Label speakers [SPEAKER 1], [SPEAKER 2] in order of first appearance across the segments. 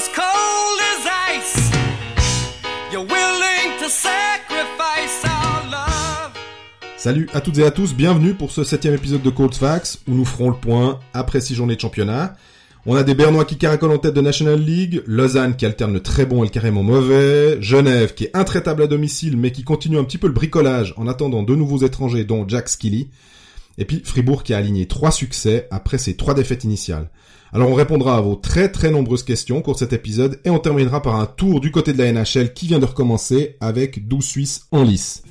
[SPEAKER 1] as cold as ice. You're willing to sacrifice our love.
[SPEAKER 2] Salut à toutes et à tous, bienvenue pour ce 7e épisode de Cold Facts où nous ferons le point après 6 journées de championnat. On a des Bernois qui caracolent en tête de National League, Lausanne qui alterne le très bon et le carrément mauvais, Genève qui est intraitable à domicile mais qui continue un petit peu le bricolage en attendant deux nouveaux étrangers dont Jack Skilly, et puis Fribourg qui a aligné 3 succès après ses 3 défaites initiales. Alors on répondra à vos très très nombreuses questions au cours de cet épisode et on terminera par un tour du côté de la NHL qui vient de recommencer avec 12 Suisses en lice.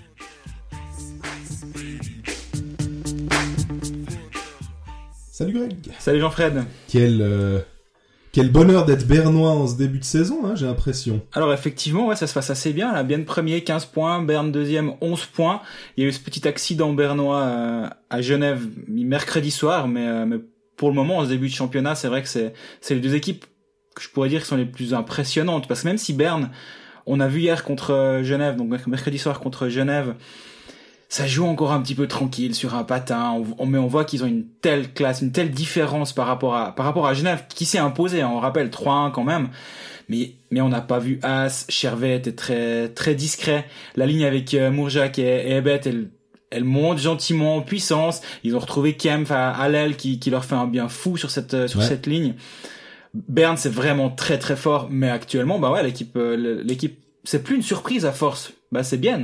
[SPEAKER 2] Salut Greg.
[SPEAKER 3] Salut Jean-Fred.
[SPEAKER 2] Quel bonheur d'être bernois en ce début de saison, hein, j'ai l'impression.
[SPEAKER 3] Alors effectivement, ouais, ça se passe assez bien. Là, Bienne premier, 15 points, Berne deuxième, 11 points. Il y a eu ce petit accident bernois à Genève mercredi soir, mais pour le moment, en ce début de championnat, c'est vrai que c'est les deux équipes que je pourrais dire qui sont les plus impressionnantes. Parce que même si Berne, on a vu hier contre Genève, donc mercredi soir contre Genève, ça joue encore un petit peu tranquille sur un patin, mais on voit qu'ils ont une telle classe, une telle différence par rapport à Genève, qui s'est imposé, hein, on rappelle 3-1 quand même, mais on n'a pas vu As, Chervet était très, très discret, la ligne avec Mourjak et Ebet, elle monte gentiment en puissance, ils ont retrouvé Kempf à l'aile qui leur fait un bien fou sur cette ligne. Berne c'est vraiment très très fort, mais actuellement, bah ouais, l'équipe, c'est plus une surprise à force, bah c'est bien,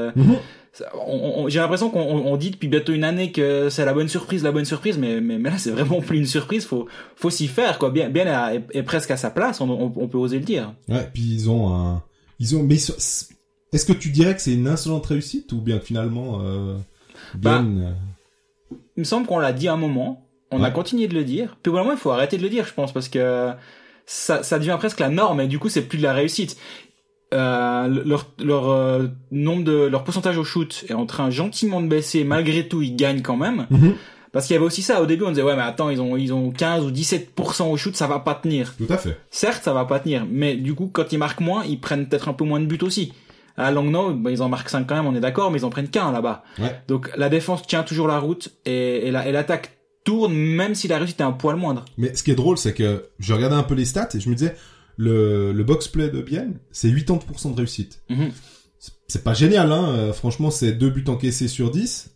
[SPEAKER 3] j'ai l'impression qu'on dit depuis bientôt une année que c'est la bonne surprise, mais là c'est vraiment plus une surprise, faut s'y faire quoi. Bien est presque à sa place, on peut oser le dire.
[SPEAKER 2] Ouais, puis mais est-ce que tu dirais que c'est une insolente réussite ou bien que finalement
[SPEAKER 3] il me semble qu'on l'a dit à un moment, on a continué de le dire. Puis au bout d'un moment il faut arrêter de le dire, je pense, parce que ça devient presque la norme et du coup c'est plus de la réussite. Leur pourcentage au shoot est en train gentiment de baisser, malgré tout ils gagnent quand même. Parce qu'il y avait aussi ça au début, on disait ouais mais attends, ils ont 15 ou 17% au shoot, ça va pas tenir.
[SPEAKER 2] Tout à fait.
[SPEAKER 3] Certes ça va pas tenir, mais du coup quand ils marquent moins, ils prennent peut-être un peu moins de buts aussi. À Langnau, ils en marquent 5 quand même, on est d'accord, mais ils en prennent qu'un là-bas.
[SPEAKER 2] Ouais.
[SPEAKER 3] Donc la défense tient toujours la route et l'attaque tourne, même si la réussite est un poil moindre.
[SPEAKER 2] Mais ce qui est drôle, c'est que je regardais un peu les stats et je me disais le box-play de Bienne, c'est 80% de réussite. C'est pas génial, hein. Franchement, c'est 2 buts encaissés sur 10.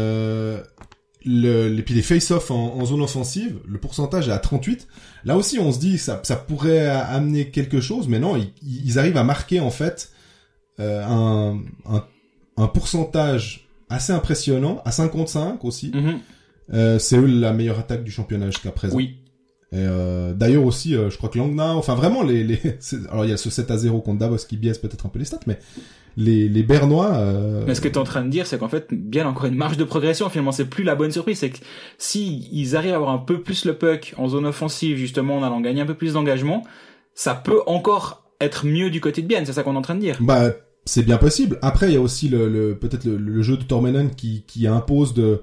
[SPEAKER 2] Puis les face-off en zone offensive, le pourcentage est à 38. Là aussi, on se dit ça pourrait amener quelque chose, mais non, ils arrivent à marquer en fait un pourcentage assez impressionnant, à 55 aussi. C'est eux la meilleure attaque du championnat jusqu'à présent.
[SPEAKER 3] Oui.
[SPEAKER 2] Et d'ailleurs aussi, je crois que Langnau, enfin vraiment alors il y a ce 7-0 contre Davos qui biaise peut-être un peu les stats, mais les Bernois.
[SPEAKER 3] Mais ce que t'es en train de dire, c'est qu'en fait, bien encore une marge de progression. Finalement, c'est plus la bonne surprise. C'est que si ils arrivent à avoir un peu plus le puck en zone offensive, justement, en allant gagner un peu plus d'engagement, ça peut encore être mieux du côté de Bienne. C'est ça qu'on est en train de dire.
[SPEAKER 2] Bah, c'est bien possible. Après, il y a aussi peut-être le jeu de Tormenen qui impose de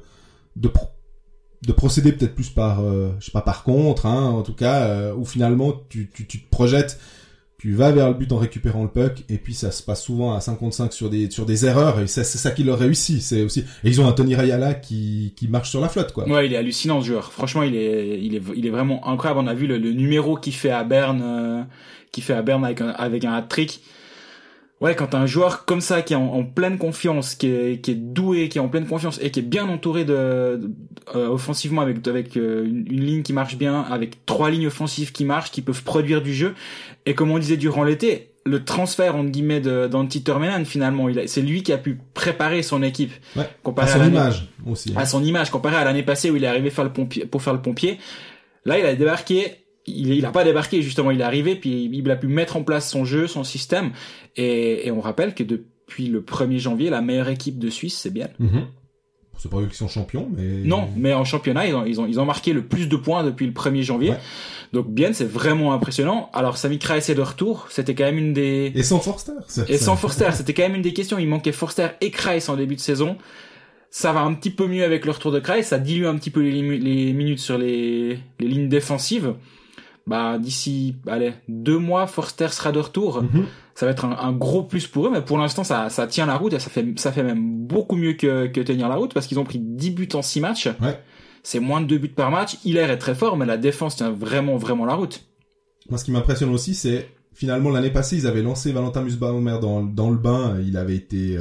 [SPEAKER 2] procéder peut-être plus par je sais pas, par contre, hein, en tout cas où finalement tu te projettes, tu vas vers le but en récupérant le puck et puis ça se passe souvent à 55 sur des erreurs et c'est ça qui leur réussit. C'est aussi, et ils ont un Tony Rayala qui marche sur la flotte quoi.
[SPEAKER 3] Ouais, il est hallucinant ce joueur. Franchement, il est vraiment incroyable. On a vu le numéro qu'il fait à Berne avec un hat-trick. Ouais, quand t'as un joueur comme ça qui est en pleine confiance, qui est doué, qui est en pleine confiance et qui est bien entouré offensivement avec une ligne qui marche bien, avec 3 lignes offensives qui marchent, qui peuvent produire du jeu. Et comme on disait durant l'été, le transfert entre guillemets d'Antti Tormenen, finalement, c'est lui qui a pu préparer son équipe.
[SPEAKER 2] Ouais. À son image aussi.
[SPEAKER 3] À son image, comparé à l'année passée où il est arrivé pour faire le pompier. Là, il a débarqué. Il a pas débarqué, justement, il est arrivé, puis il a pu mettre en place son jeu, son système, et on rappelle que depuis le 1er janvier, la meilleure équipe de Suisse, c'est Bienne.
[SPEAKER 2] C'est pas eux qui sont champions, mais...
[SPEAKER 3] Non, mais en championnat, ils ont marqué le plus de points depuis le 1er janvier. Ouais. Donc Bienne, c'est vraiment impressionnant. Alors, Sami Kreis est de retour, c'était quand même une des...
[SPEAKER 2] Et sans Forster.
[SPEAKER 3] Sans Forster, c'était quand même une des questions. Il manquait Forster et Kreis en début de saison. Ça va un petit peu mieux avec le retour de Kreis, ça dilue un petit peu les minutes sur les lignes défensives. Bah, d'ici, 2 mois, Forster sera de retour. Ça va être un gros plus pour eux, mais pour l'instant, ça tient la route et ça fait même beaucoup mieux que tenir la route parce qu'ils ont pris 10 buts en 6 matchs.
[SPEAKER 2] Ouais.
[SPEAKER 3] C'est moins de 2 buts par match. Hilaire est très fort, mais la défense tient vraiment, vraiment la route.
[SPEAKER 2] Moi, ce qui m'impressionne aussi, c'est finalement l'année passée, ils avaient lancé Valentin Nussbaumer dans le bain. Il avait été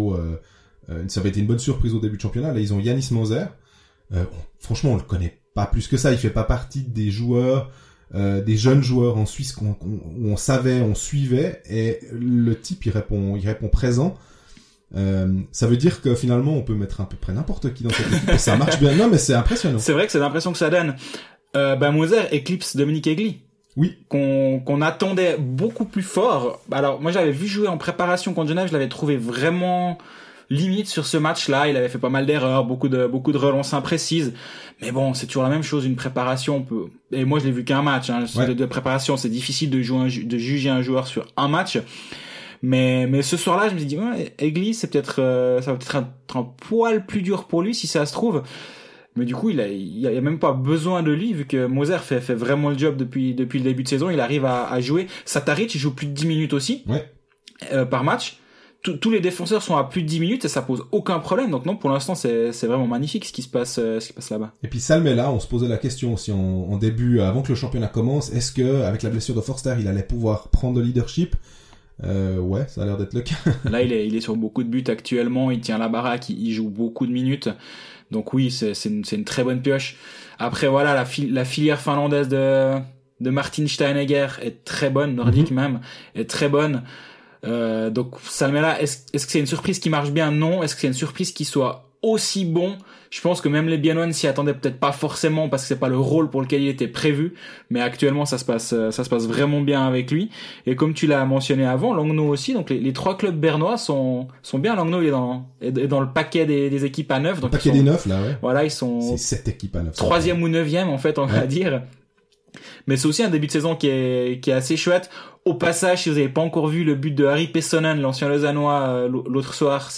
[SPEAKER 2] ça avait été une bonne surprise au début de championnat. Là, ils ont Yanis Moser. Franchement, on le connaît pas plus que ça. Il fait pas partie des joueurs, des jeunes joueurs en Suisse où on savait, on suivait. Et le type, il répond présent. Ça veut dire que finalement, on peut mettre à peu près n'importe qui dans cette équipe. Et ça marche bien. Non, mais c'est impressionnant.
[SPEAKER 3] C'est vrai que c'est l'impression que ça donne. Moser éclipse Dominique Egli.
[SPEAKER 2] Oui.
[SPEAKER 3] Qu'on attendait beaucoup plus fort. Alors, moi, j'avais vu jouer en préparation contre Genève, je l'avais trouvé vraiment limite sur ce match-là. Il avait fait pas mal d'erreurs, beaucoup de relances imprécises. Mais bon, c'est toujours la même chose, une préparation. Et moi, je l'ai vu qu'un match, hein. De préparation, c'est difficile de juger un joueur sur un match. Mais ce soir-là, je me suis dit, ouais, Egli, c'est peut-être, ça va peut-être être un poil plus dur pour lui, si ça se trouve. Mais du coup, il y a même pas besoin de lui, vu que Moser fait vraiment le job depuis le début de saison. Il arrive à jouer. Sataric, il joue plus de 10 minutes aussi.
[SPEAKER 2] Ouais.
[SPEAKER 3] Par match. Tous les défenseurs sont à plus de 10 minutes et ça pose aucun problème. Donc non, pour l'instant, c'est vraiment magnifique ce qui se passe là-bas.
[SPEAKER 2] Et puis Salmela, on se posait la question aussi en début, avant que le championnat commence, est-ce que, avec la blessure de Forster, il allait pouvoir prendre le leadership? Ouais, ça a l'air d'être le cas.
[SPEAKER 3] Là, il est sur beaucoup de buts actuellement. Il tient la baraque, il joue beaucoup de minutes. Donc oui, c'est une très bonne pioche. Après voilà, la filière finlandaise de Martin Steinegger est très bonne, nordique même, est très bonne. Donc Salmela, est-ce que c'est une surprise qui marche bien? Non. Est-ce que c'est une surprise qui soit aussi bon? Je pense que même les Biennois ne s'y attendaient peut-être pas forcément parce que c'est pas le rôle pour lequel il était prévu, mais actuellement ça se passe vraiment bien avec lui. Et comme tu l'as mentionné avant, Langnau aussi, donc les trois clubs bernois sont bien. Langnau est dans le paquet des équipes à 9. Donc
[SPEAKER 2] le paquet des 9 là, ouais.
[SPEAKER 3] Voilà, ils sont
[SPEAKER 2] c'est 7 équipes à 9.
[SPEAKER 3] 3e ou 9e en fait, on va dire. Mais c'est aussi un début de saison qui est assez chouette. Au passage, si vous n'avez pas encore vu le but de Harry Pessonen, l'ancien Lausannois, l'autre soir,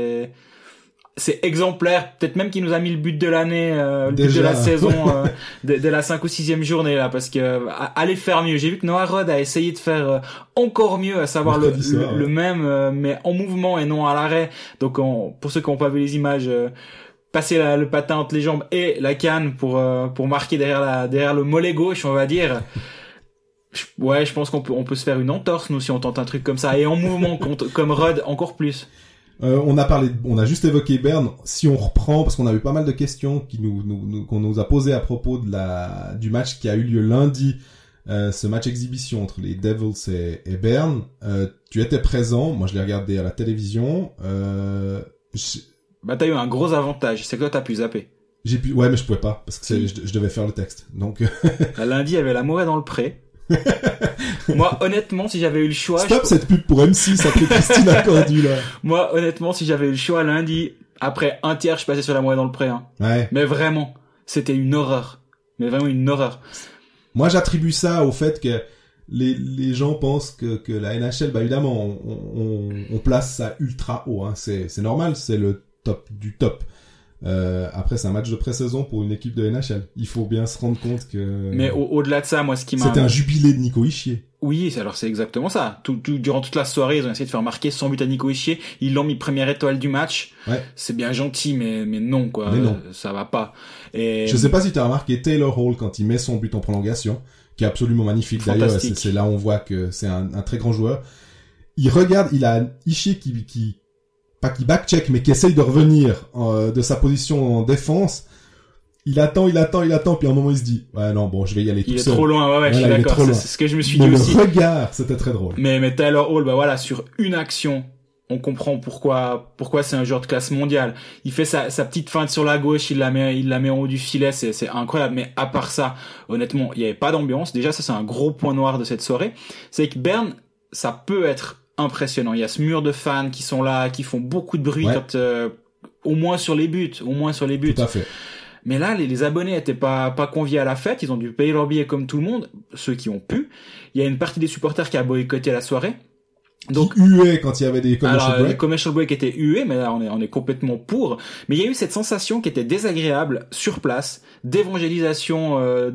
[SPEAKER 3] c'est exemplaire. Peut-être même qu'il nous a mis le but de l'année, le but de la saison, de la 5 ou 6e journée, là, parce que, allez faire mieux. J'ai vu que Noah Rod a essayé de faire encore mieux, à savoir le même, mais en mouvement et non à l'arrêt. Donc, pour ceux qui n'ont pas vu les images, passer le patin entre les jambes et la canne pour marquer derrière le mollet gauche, on va dire. Ouais, je pense qu'on peut se faire une entorse, nous, si on tente un truc comme ça. Et en mouvement, comme Rod, encore plus.
[SPEAKER 2] On a juste évoqué Berne. Si on reprend, parce qu'on a eu pas mal de questions qu'on nous a posées à propos du match qui a eu lieu lundi, ce match exhibition entre les Devils et Berne. Tu étais présent. Moi, je l'ai regardé à la télévision.
[SPEAKER 3] T'as eu un gros avantage. C'est que toi, t'as pu zapper.
[SPEAKER 2] Ouais, mais je pouvais pas, parce que je devais faire le texte. Donc.
[SPEAKER 3] Lundi, il y avait la Morée dans le pré. Moi, honnêtement, si j'avais eu le choix...
[SPEAKER 2] Stop cette pub pour M6 après Christine Accordu, là.
[SPEAKER 3] Moi, honnêtement, si j'avais eu le choix lundi, après un tiers, je passais sur la Morée dans le pré, hein.
[SPEAKER 2] Ouais.
[SPEAKER 3] Mais vraiment, c'était une horreur. Mais vraiment une horreur.
[SPEAKER 2] Moi, j'attribue ça au fait que les gens pensent que la NHL, évidemment, on place ça ultra haut, hein. C'est normal, c'est le top du top. Après, c'est un match de pré-saison pour une équipe de NHL. Il faut bien se rendre compte que...
[SPEAKER 3] Mais au-delà de ça, moi, ce qui m'a...
[SPEAKER 2] C'était un jubilé de Nico Hischier.
[SPEAKER 3] Oui, alors c'est exactement ça. Durant toute la soirée, ils ont essayé de faire marquer 100 buts à Nico Hischier. Ils l'ont mis première étoile du match.
[SPEAKER 2] Ouais.
[SPEAKER 3] C'est bien gentil, mais non, quoi.
[SPEAKER 2] Mais non.
[SPEAKER 3] Ça va pas. Et...
[SPEAKER 2] Je sais pas si tu as remarqué Taylor Hall quand il met son but en prolongation, qui est absolument magnifique. D'ailleurs, c'est là où on voit que c'est un très grand joueur. Il regarde, il a Hischier qui pas qui backcheck, mais qui essaye de revenir de sa position en défense. Il attend, puis à un moment il se dit, ouais non, bon, je vais y aller tout seul.
[SPEAKER 3] Il est trop loin, ouais, je suis d'accord. C'est ce que je me suis dit aussi.
[SPEAKER 2] Le regard, c'était très drôle.
[SPEAKER 3] Mais Taylor Hall, voilà, sur une action, on comprend pourquoi c'est un joueur de classe mondiale. Il fait sa petite feinte sur la gauche, il la met en haut du filet, c'est incroyable. Mais à part ça, honnêtement, il y avait pas d'ambiance. Déjà, ça c'est un gros point noir de cette soirée. C'est que Berne, ça peut être impressionnant. Il y a ce mur de fans qui sont là, qui font beaucoup de bruit quand, au moins sur les buts.
[SPEAKER 2] Tout à fait.
[SPEAKER 3] Mais là, les abonnés étaient pas conviés à la fête. Ils ont dû payer leur billet comme tout le monde, ceux qui ont pu. Il y a une partie des supporters qui a boycotté la soirée.
[SPEAKER 2] Donc, hué quand il y avait des commercial breaks.
[SPEAKER 3] Les commercial breaks étaient hués, mais là, on est complètement pour. Mais il y a eu cette sensation qui était désagréable sur place, d'évangélisation,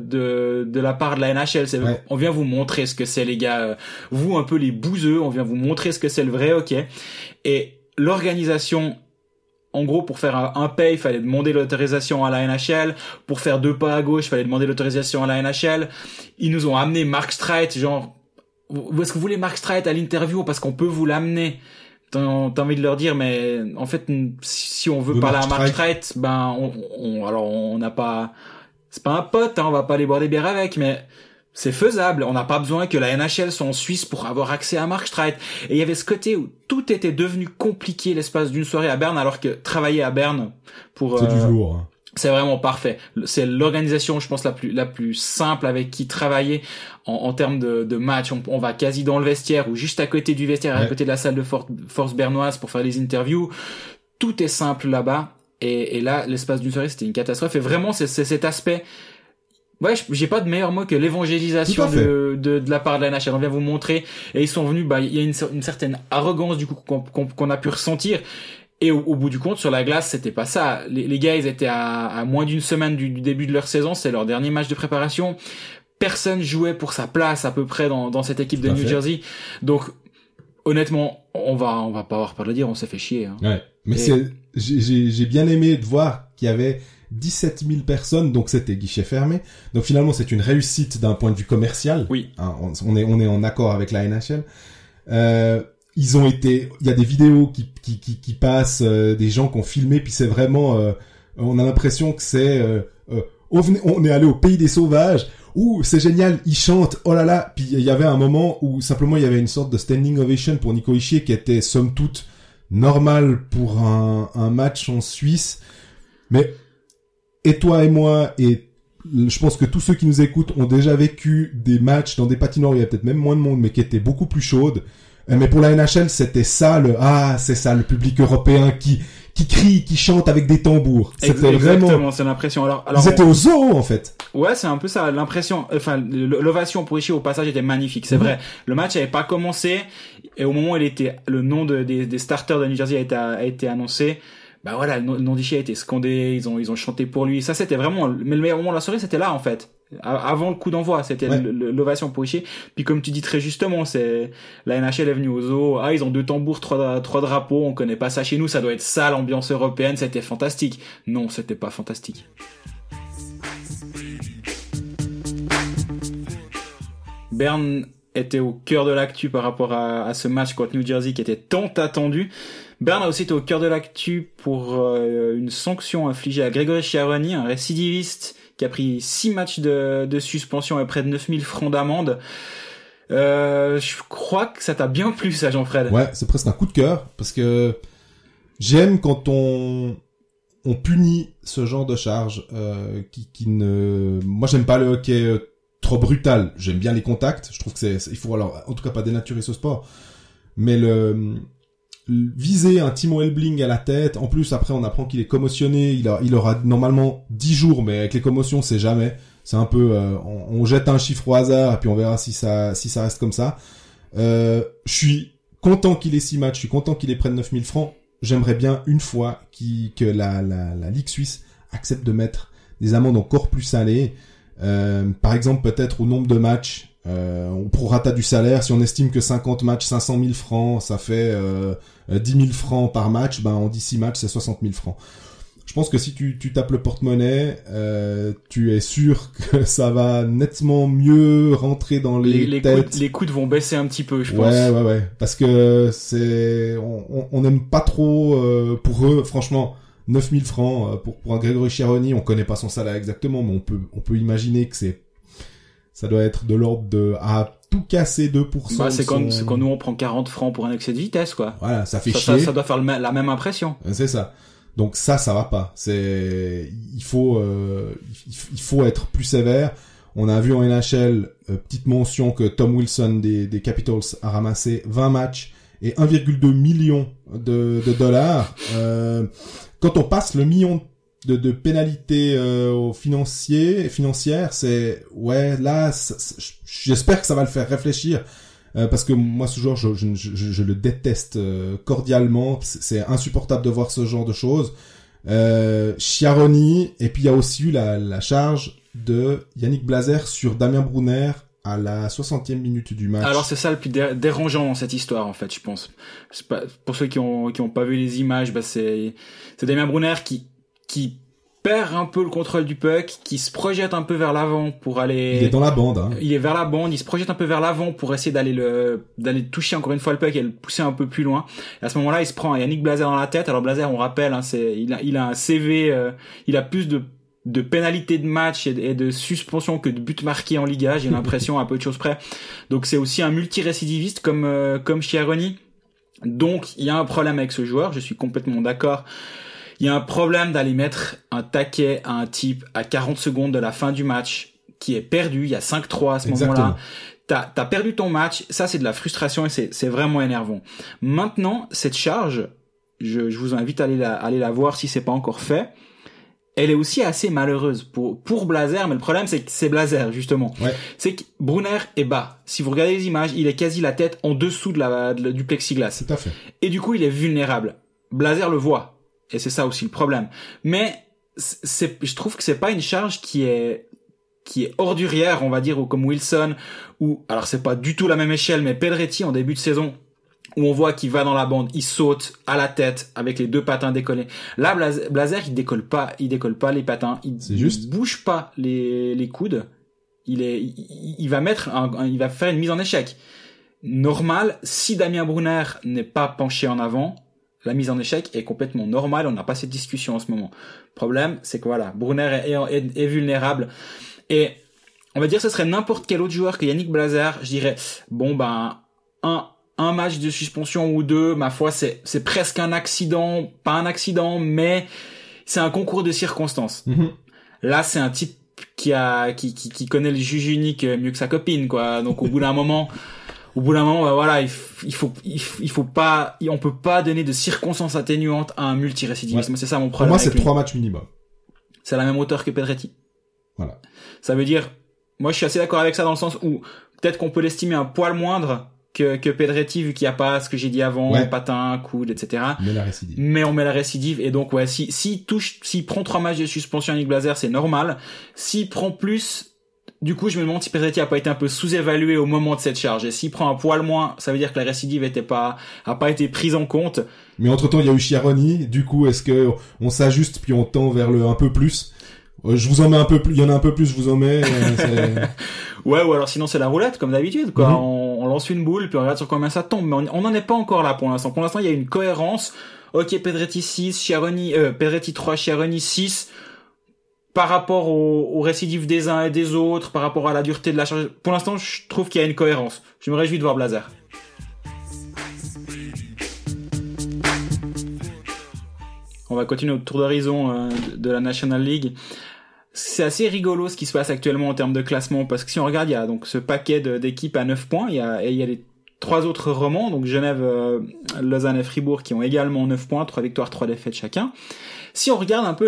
[SPEAKER 3] de la part de la NHL. On vient vous montrer ce que c'est, les gars. Vous, un peu les bouseux, on vient vous montrer ce que c'est le vrai hockey. Et l'organisation, en gros, pour faire un pay, il fallait demander l'autorisation à la NHL. Pour faire 2 pas à gauche, il fallait demander l'autorisation à la NHL. Ils nous ont amené Mark Streit, genre, où est-ce que vous voulez Mark Streit à l'interview? Parce qu'on peut vous l'amener. T'as envie de leur dire, mais en fait, si on veut parler à Mark Streit, ben, on n'a pas, c'est pas un pote, hein, on va pas aller boire des bières avec, mais c'est faisable. On n'a pas besoin que la NHL soit en Suisse pour avoir accès à Mark Streit. Et il y avait ce côté où tout était devenu compliqué l'espace d'une soirée à Berne, alors que travailler à Berne pour...
[SPEAKER 2] C'est du lourd. Hein.
[SPEAKER 3] C'est vraiment parfait. C'est l'organisation, je pense, la plus simple avec qui travailler en termes de match. On va quasi dans le vestiaire ou juste à côté du vestiaire, à côté de la salle de force bernoise pour faire les interviews. Tout est simple là-bas. Et là, l'espace d'une soirée, c'était une catastrophe. Et vraiment, c'est cet aspect... Ouais, j'ai pas de meilleur mot que l'évangélisation de la part de la NHL. On vient vous montrer. Et ils sont venus, il y a une certaine arrogance, du coup, qu'on a pu ressentir. Et au bout du compte, sur la glace, c'était pas ça. Les gars, ils étaient à moins d'une semaine du début de leur saison. C'est leur dernier match de préparation. Personne jouait pour sa place, à peu près, dans cette équipe de New Jersey. Donc, honnêtement, on va pas avoir peur de le dire, on s'est fait chier, hein.
[SPEAKER 2] Ouais. Mais j'ai bien aimé de voir qu'il y avait 17 000 personnes, donc c'était guichet fermé. Donc finalement, c'est une réussite d'un point de vue commercial.
[SPEAKER 3] Oui.
[SPEAKER 2] Hein, on est en accord avec la NHL. Il y a des vidéos qui passent, des gens qui ont filmé, puis c'est vraiment, on a l'impression que c'est, on est allé au pays des sauvages. Ouh, c'est génial, ils chantent, oh là là. Puis il y avait un moment où simplement il y avait une sorte de standing ovation pour Nico Hischier qui était somme toute normal pour un match en Suisse. Mais et toi et moi, et je pense que tous ceux qui nous écoutent ont déjà vécu des matchs dans des patinoires où il y a peut-être même moins de monde, mais qui étaient beaucoup plus chaudes. Mais pour la NHL, c'était ça c'est ça, le public européen qui crie, qui chante avec des tambours. C'était
[SPEAKER 3] exactement,
[SPEAKER 2] vraiment...
[SPEAKER 3] c'est l'impression. Alors
[SPEAKER 2] ils étaient au zoo, en fait.
[SPEAKER 3] Ouais, c'est un peu ça, l'impression. Enfin, l'ovation pour Hischier au passage était magnifique, c'est vrai. Le match avait pas commencé, et au moment où le nom des starters de New Jersey a été annoncé, bah voilà, le nom d'Hischier a été scandé, ils ont chanté pour lui. Ça, c'était vraiment, mais le meilleur moment de la soirée, c'était là, en fait. Avant le coup d'envoi, c'était l'ovation pour Hischier. Puis comme tu dis très justement, la NHL est venue au zoo. Ah, ils ont 2 tambours, 3 drapeaux. On connaît pas ça chez nous. Ça doit être ça, l'ambiance européenne. C'était fantastique. Non, c'était pas fantastique. Berne était au cœur de l'actu par rapport à ce match contre New Jersey qui était tant attendu. Berne a aussi été au cœur de l'actu pour une sanction infligée à Grégory Chiaroni, un récidiviste qui a pris 6 matchs de suspension et près de 9 000 francs d'amende. Je crois que ça t'a bien plu, ça, Jean-Fred.
[SPEAKER 2] Ouais, c'est presque un coup de cœur, parce que j'aime quand on punit ce genre de charge, moi j'aime pas le hockey trop brutal. J'aime bien les contacts. Je trouve que il faut alors, en tout cas pas dénaturer ce sport. Mais viser un Timo Helbling à la tête, en plus après on apprend qu'il est commotionné, il aura normalement 10 jours, mais avec les commotions c'est jamais, c'est un peu, on jette un chiffre au hasard et puis on verra si ça reste comme ça. Je suis content qu'il ait 6 matchs, je suis content qu'il ait près de 9 000 francs, j'aimerais bien une fois que la Ligue suisse accepte de mettre des amendes encore plus salées, par exemple peut-être au nombre de matchs, au prorata du salaire, si on estime que 50 matchs, 500 000 francs, ça fait 10 000 francs par match, ben on dit 6 matchs, c'est 60 000 francs. Je pense que si tu tapes le porte-monnaie, tu es sûr que ça va nettement mieux rentrer dans les têtes.
[SPEAKER 3] Les coûts vont baisser un petit peu, je pense.
[SPEAKER 2] Ouais. Parce que on n'aime pas trop, pour eux, franchement, 9 000 francs, pour un Grégory Chiaroni, on connaît pas son salaire exactement, mais on peut imaginer que ça doit être de l'ordre à tout casser 2%.
[SPEAKER 3] Bah, c'est quand nous on prend 40 francs pour un excès de vitesse, quoi.
[SPEAKER 2] Voilà, ça fait chier.
[SPEAKER 3] Ça doit faire la même impression.
[SPEAKER 2] C'est ça. Donc ça va pas. Il faut être plus sévère. On a vu en NHL, petite mention que Tom Wilson des Capitals a ramassé 20 matchs et 1,2 million de dollars. Quand on passe le million de pénalités financières, c'est là, j'espère que ça va le faire réfléchir, parce que moi ce joueur je le déteste cordialement, c'est insupportable de voir ce genre de choses. Chiaroni, et puis il y a aussi eu la charge de Yannick Blazer sur Damien Brunner à la 60e minute du match.
[SPEAKER 3] Alors c'est ça le plus dérangeant dans cette histoire en fait, je pense. C'est pas, pour ceux qui ont pas vu les images, c'est Damien Brunner qui perd un peu le contrôle du puck, qui se projette un peu vers l'avant pour aller...
[SPEAKER 2] Il est dans la bande, hein.
[SPEAKER 3] Il est vers la bande, il se projette un peu vers l'avant pour essayer d'aller toucher encore une fois le puck et le pousser un peu plus loin. Et à ce moment-là, il se prend un Yannick Blazer dans la tête. Alors Blazer, on rappelle, hein, il a un CV, il a plus de pénalités de match et de suspension que de buts marqués en Liga, j'ai l'impression, à peu de choses près. Donc c'est aussi un multirécidiviste comme Chiaroni. Donc il y a un problème avec ce joueur, je suis complètement d'accord. Il y a un problème d'aller mettre un taquet à un type à 40 secondes de la fin du match qui est perdu, il y a 5-3 à ce moment-là. T'as perdu ton match, ça c'est de la frustration et c'est vraiment énervant. Maintenant, cette charge, je vous invite à aller la voir si c'est pas encore fait. Elle est aussi assez malheureuse pour Blazer, mais le problème c'est que c'est Blazer justement.
[SPEAKER 2] Ouais.
[SPEAKER 3] C'est que Brunner est bas. Si vous regardez les images, il est quasi la tête en dessous du plexiglas.
[SPEAKER 2] Tout à fait.
[SPEAKER 3] Et du coup, il est vulnérable. Blazer le voit. Et c'est ça aussi le problème. Mais je trouve que c'est pas une charge qui est ordurière, on va dire, ou comme Wilson, ou, alors c'est pas du tout la même échelle, mais Pedretti en début de saison, où on voit qu'il va dans la bande, il saute à la tête avec les deux patins décollés. Là, Blazer, il décolle pas les patins, il bouge pas les coudes. Il va faire une mise en échec. Normal, si Damien Brunner n'est pas penché en avant, la mise en échec est complètement normale, on n'a pas cette discussion en ce moment. Problème, c'est que voilà, Brunner est vulnérable. Et on va dire ce serait n'importe quel autre joueur que Yannick Blazer, je dirais, bon ben, un match de suspension ou deux, ma foi, c'est presque un accident, pas un accident, mais c'est un concours de circonstances. Mm-hmm. Là, c'est un type qui connaît le juge unique mieux que sa copine, quoi. Donc au bout d'un moment, bah voilà, il faut pas, on peut pas donner de circonstances atténuantes à un multirécidiviste. Ouais. C'est ça mon problème.
[SPEAKER 2] Pour moi, c'est 3 matchs minimum.
[SPEAKER 3] C'est la même hauteur que Pedretti.
[SPEAKER 2] Voilà.
[SPEAKER 3] Ça veut dire, moi, je suis assez d'accord avec ça dans le sens où peut-être qu'on peut l'estimer un poil moindre que Pedretti, vu qu'il n'y a pas ce que j'ai dit avant, ouais. Patin, coude, etc. Mais on met la récidive. Et donc, ouais, s'il prend 3 matchs de suspension à Yannick Blazer, c'est normal. S'il prend plus, du coup, je me demande si Pedretti a pas été un peu sous-évalué au moment de cette charge. Et s'il prend un poil moins, ça veut dire que la récidive a pas été prise en compte.
[SPEAKER 2] Mais entre-temps, il y a eu Chiaroni. Du coup, est-ce que on s'ajuste puis on tend vers le un peu plus? Je vous en mets un peu plus, il y en a un peu plus, je vous en mets.
[SPEAKER 3] Ouais, ou alors sinon c'est la roulette, comme d'habitude, quoi. Mm-hmm. On lance une boule, puis on regarde sur combien ça tombe. Mais on n'en est pas encore là pour l'instant. Pour l'instant, il y a une cohérence. Ok, Pedretti 6, Pedretti 3, Chiaroni 6. Par rapport aux récidives des uns et des autres, par rapport à la dureté de la charge. Pour l'instant, je trouve qu'il y a une cohérence. Je me réjouis de voir Blazer. On va continuer notre tour d'horizon de la National League. C'est assez rigolo ce qui se passe actuellement en termes de classement, parce que si on regarde, il y a donc ce paquet d'équipes à 9 points, il y a les 3 autres romans, donc Genève, Lausanne et Fribourg, qui ont également 9 points, 3 victoires, 3 défaites chacun. Si on regarde un peu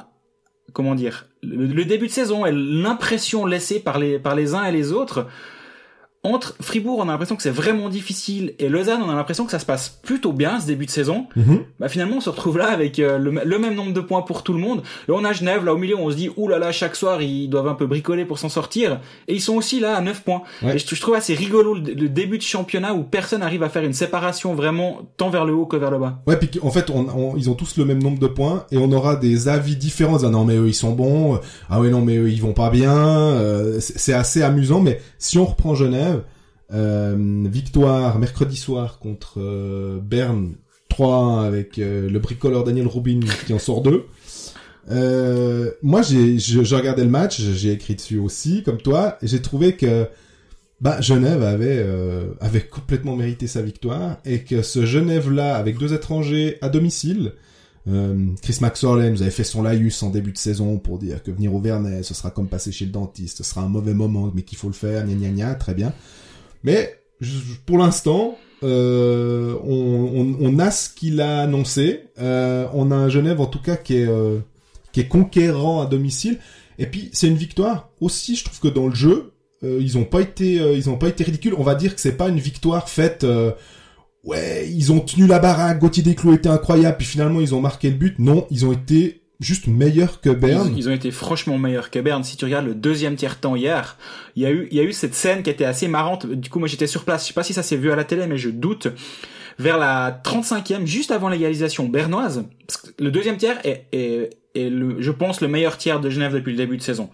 [SPEAKER 3] le début de saison et l'impression laissée par les uns et les autres, entre Fribourg, on a l'impression que c'est vraiment difficile, et Lausanne, on a l'impression que ça se passe plutôt bien ce début de saison. Mm-hmm. Bah finalement, on se retrouve là avec le même nombre de points pour tout le monde. Et on a Genève là au milieu, on se dit ouh là là, chaque soir ils doivent un peu bricoler pour s'en sortir, et ils sont aussi là à 9 points. Ouais. Et je trouve assez rigolo le début de championnat où personne n'arrive à faire une séparation vraiment tant vers le haut que vers le bas.
[SPEAKER 2] Ouais, puis en fait, ils ont tous le même nombre de points, et on aura des avis différents. Ah non mais eux ils sont bons. Ah ouais non mais eux ils vont pas bien. C'est assez amusant. Mais si on reprend Genève. Victoire mercredi soir contre Berne 3-1 avec le bricoleur Daniel Rubin qui en sort 2. Moi j'ai regardé le match, j'ai écrit dessus aussi comme toi, et j'ai trouvé que Genève avait complètement mérité sa victoire, et que ce Genève là avec 2 étrangers à domicile, Chris McSorley nous avait fait son laïus en début de saison pour dire que venir au Vernet ce sera comme passer chez le dentiste, ce sera un mauvais moment mais qu'il faut le faire, gna gna gna, très bien. Mais pour l'instant, on a ce qu'il a annoncé. On a un Genève en tout cas qui est conquérant à domicile. Et puis c'est une victoire aussi. Je trouve que dans le jeu, ils ont pas été ridicules. On va dire que c'est pas une victoire faite. Ouais, ils ont tenu la baraque. Gauthier Desclos était incroyable. Puis finalement ils ont marqué le but. Non, ils ont été juste meilleurs que Berne.
[SPEAKER 3] Ils ont été franchement meilleurs que Berne. Si tu regardes le deuxième tiers-temps hier, il y a eu cette scène qui était assez marrante. Du coup, moi, j'étais sur place. Je sais pas si ça s'est vu à la télé, mais je doute. Vers la 35e, juste avant l'égalisation bernoise, parce que le deuxième tiers est je pense, le meilleur tiers de Genève depuis le début de saison.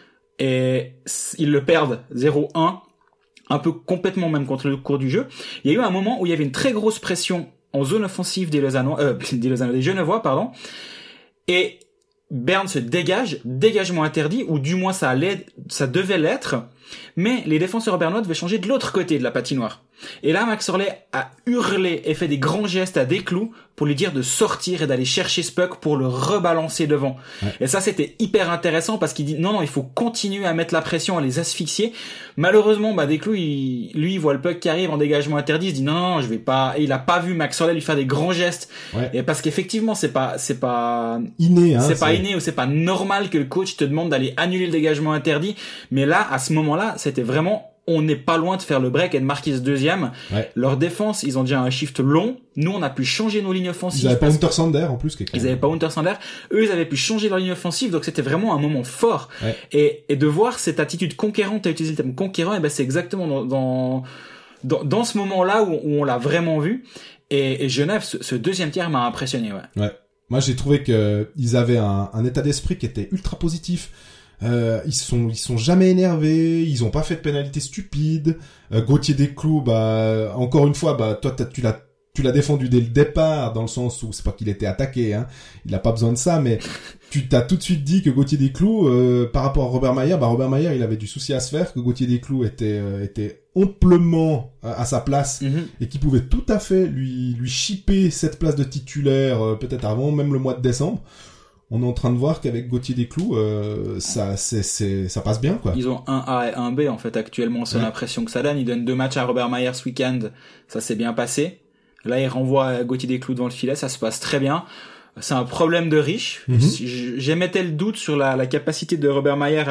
[SPEAKER 3] Et ils le perdent 0-1, un peu complètement même contre le cours du jeu. Il y a eu un moment où il y avait une très grosse pression en zone offensive des Genevois, pardon. Et Berne se dégagement interdit, ou du moins ça devait l'être, mais les défenseurs bernois devaient changer de l'autre côté de la patinoire. Et là, Max Orley a hurlé et fait des grands gestes à Desclous pour lui dire de sortir et d'aller chercher ce puck pour le rebalancer devant. Ouais. Et ça, c'était hyper intéressant parce qu'il dit non, il faut continuer à mettre la pression, à les asphyxier. Malheureusement, Desclous, il voit le puck qui arrive en dégagement interdit, il se dit non, je vais pas, et il a pas vu Max Orley lui faire des grands gestes. Ouais. Et parce qu'effectivement, c'est pas
[SPEAKER 2] inné,
[SPEAKER 3] c'est pas inné ou c'est pas normal que le coach te demande d'aller annuler le dégagement interdit. Mais là, à ce moment-là, c'était vraiment, on n'est pas loin de faire le break et de marquer ce deuxième. Ouais. Leur défense, ils ont déjà un shift long. Nous, on a pu changer nos lignes offensives.
[SPEAKER 2] Ils avaient pas Untersander en plus.
[SPEAKER 3] Ils avaient pas Untersander. Eux, ils avaient pu changer leur ligne offensive. Donc, c'était vraiment un moment fort. Ouais. Et de voir cette attitude conquérante, à utiliser le terme conquérant, c'est exactement dans ce moment-là où on l'a vraiment vu. Et Genève, ce deuxième tiers m'a impressionné,
[SPEAKER 2] ouais. Moi, j'ai trouvé que ils avaient un état d'esprit qui était ultra positif. Ils sont jamais énervés, ils ont pas fait de pénalité stupide. Gauthier Desclous, encore une fois, toi tu l'as défendu dès le départ, dans le sens où c'est pas qu'il était attaqué, hein. Il a pas besoin de ça, mais tu t'as tout de suite dit que Gauthier Desclous, par rapport à Robert Mayer, Robert Mayer, il avait du souci à se faire, que Gauthier Desclous était amplement à sa place, et qu'il pouvait tout à fait lui chipper cette place de titulaire, peut-être avant même le mois de décembre. On est en train de voir qu'avec Gauthier Desclous, ça passe bien, quoi.
[SPEAKER 3] Ils ont un A et un B, en fait, actuellement. C'est l'impression que ça donne. Ils donnent 2 matchs à Robert Mayer ce week-end. Ça s'est bien passé. Là, ils renvoient Gauthier Desclous devant le filet. Ça se passe très bien. C'est un problème de riche. J'émettais le doute sur la capacité de Robert Mayer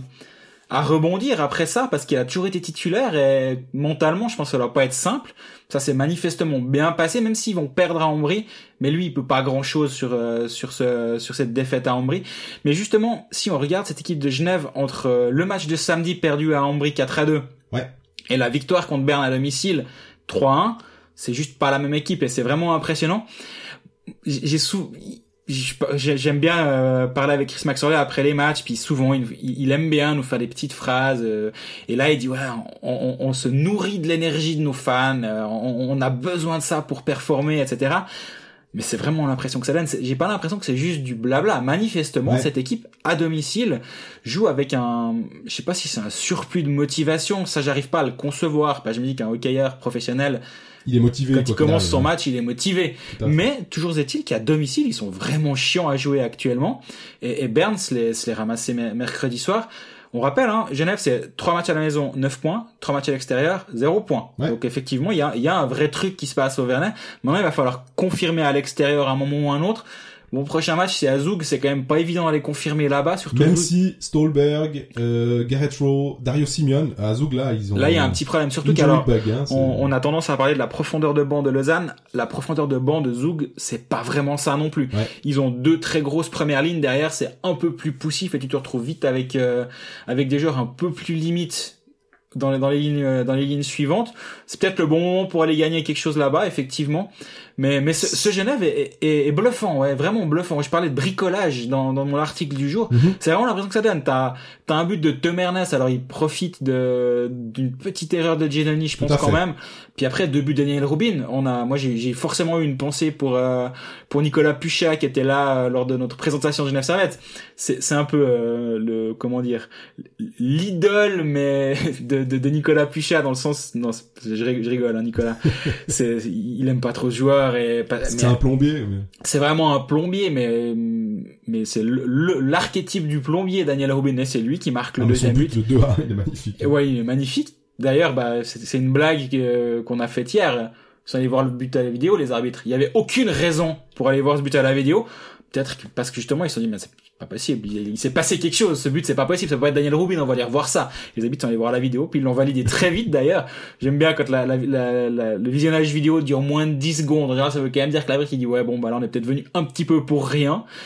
[SPEAKER 3] à rebondir après ça, parce qu'il a toujours été titulaire, et mentalement, je pense que ça va pas être simple. Ça s'est manifestement bien passé, même s'ils vont perdre à Ambry, mais lui, il peut pas grand chose sur cette défaite à Ambry. Mais justement, si on regarde cette équipe de Genève entre le match de samedi perdu à Ambry 4-2, et la victoire contre Berne à domicile 3-1, c'est juste pas la même équipe, et c'est vraiment impressionnant. J'aime bien parler avec Chris Max Orley après les matchs, puis souvent il aime bien nous faire des petites phrases, et là il dit on se nourrit de l'énergie de nos fans, on a besoin de ça pour performer, etc. Mais c'est vraiment l'impression que ça donne. J'ai pas l'impression que c'est juste du blabla. Manifestement, cette équipe à domicile joue avec je sais pas si c'est un surplus de motivation, ça j'arrive pas à le concevoir. Je me dis qu'un hockeyeur professionnel,
[SPEAKER 2] il est motivé.
[SPEAKER 3] Quand il commence son match, il est motivé. Mais toujours est-il qu'à domicile, ils sont vraiment chiants à jouer actuellement. Et Berne se les ramassé mercredi soir. On rappelle, Genève, c'est 3 matchs à la maison, 9 points, 3 matchs à l'extérieur, 0 points. Ouais. Donc effectivement, il y a un vrai truc qui se passe au Vernet. Maintenant, il va falloir confirmer à l'extérieur à un moment ou à un autre. Mon prochain match, c'est à Zug, c'est quand même pas évident d'aller confirmer là-bas, surtout.
[SPEAKER 2] Même si Stolberg, Garrett Rowe, Dario Simeone, à Zug, là, ils ont...
[SPEAKER 3] Là, il y a un petit problème, surtout qu'alors, on a tendance à parler de la profondeur de banc de Lausanne. La profondeur de banc de Zug, c'est pas vraiment ça non plus. Ouais. Ils ont 2 très grosses premières lignes derrière, c'est un peu plus poussif, et tu te retrouves vite avec des joueurs un peu plus limites dans les lignes suivantes. C'est peut-être le bon moment pour aller gagner quelque chose là-bas, effectivement. Mais ce Genève est bluffant, vraiment bluffant. Je parlais de bricolage dans mon article du jour. C'est vraiment l'impression que ça donne. T'as un but de Tom Ernest, alors il profite d'une petite erreur de Giannoni, je pense quand même. Puis après 2 buts de Daniel Rubin. Moi j'ai forcément eu une pensée pour Nicolas Puchat qui était là lors de notre présentation de Genève Servette. C'est un peu l'idole mais de Nicolas Puchat, dans le sens, non, je rigole, Nicolas. Il aime pas trop ce joueur.
[SPEAKER 2] C'est un plombier.
[SPEAKER 3] C'est vraiment un plombier, mais c'est l'archétype du plombier, Daniel Rubin. C'est lui qui marque le deuxième but.
[SPEAKER 2] Le 2-1, il est magnifique.
[SPEAKER 3] Il est magnifique. D'ailleurs, c'est une blague qu'on a faite hier. Sans aller voir le but à la vidéo, les arbitres. Il y avait aucune raison pour aller voir ce but à la vidéo. Peut-être parce que justement, ils se sont dit, mais c'est pas possible. Il s'est passé quelque chose. Ce but, c'est pas possible. Ça peut pas être Daniel Rubin. On va aller revoir ça. Les arbitres sont allés voir la vidéo, puis ils l'ont validé très vite, d'ailleurs. J'aime bien quand le visionnage vidéo dure moins de 10 secondes. En général, ça veut quand même dire que l'arbitre, il dit, là, on est peut-être venu un petit peu pour rien.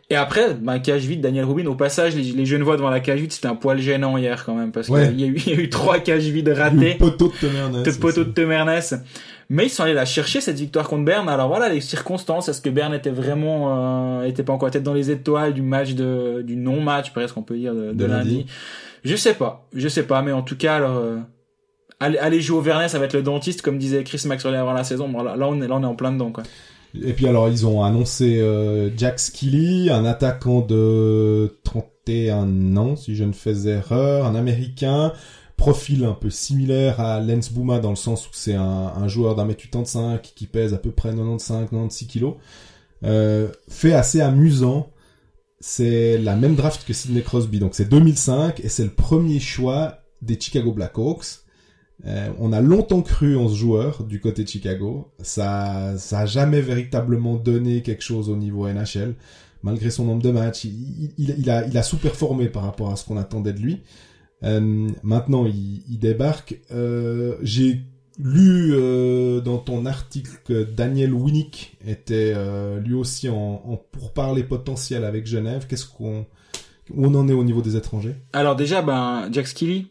[SPEAKER 3] Et après, cage vide, Daniel Rubin. Au passage, les Genevois devant la cage vide, c'était un poil gênant hier quand même, parce qu'il y a eu 3 cages vides ratées.
[SPEAKER 2] Le poteau de
[SPEAKER 3] Temernes. Mais ils sont allés la chercher, cette victoire contre Berne. Alors voilà, les circonstances. Est-ce que Berne était vraiment, était pas encore tête dans les étoiles du match du non-match, presque, on peut dire, de lundi. Je sais pas, mais en tout cas, alors, aller jouer au Vernet, ça va être le dentiste, comme disait Chris Maxwell avant la saison. Bon, là, on est en plein dedans, quoi.
[SPEAKER 2] Et puis alors, ils ont annoncé Jack Skilly, un attaquant de 31 ans, si je ne fais erreur, un Américain, profil un peu similaire à Lens Bouma dans le sens où c'est un joueur d'1m85 qui pèse à peu près 95-96 kilos. Fait assez amusant. C'est la même draft que Sidney Crosby, donc c'est 2005 et c'est le premier choix des Chicago Blackhawks. On a longtemps cru en ce joueur du côté de Chicago. Ça a jamais véritablement donné quelque chose au niveau NHL, malgré son nombre de matchs. Il a sous-performé par rapport à ce qu'on attendait de lui. Maintenant, il débarque. J'ai lu dans ton article que Daniel Winnick était lui aussi en pourparlers potentiels avec Genève. Où on en est au niveau des étrangers?
[SPEAKER 3] Alors déjà, Jack Skilly,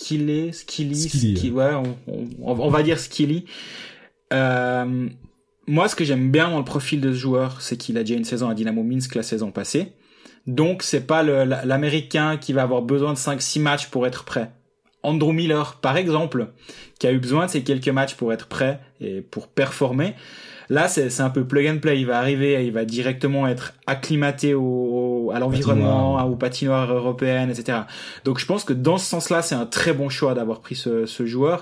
[SPEAKER 3] ouais, on va dire Skilly. Moi, ce que j'aime bien dans le profil de ce joueur, c'est qu'il a déjà une saison à Dynamo Minsk la saison passée. Donc, c'est pas l'Américain qui va avoir besoin de 5-6 matchs pour être prêt. Andrew Miller, par exemple, qui a eu besoin de ces quelques matchs pour être prêt et pour performer. Là, c'est un peu plug and play. Il va arriver, il va directement être acclimaté à l'environnement, aux patinoires européennes, etc. Donc, je pense que dans ce sens-là, c'est un très bon choix d'avoir pris ce joueur.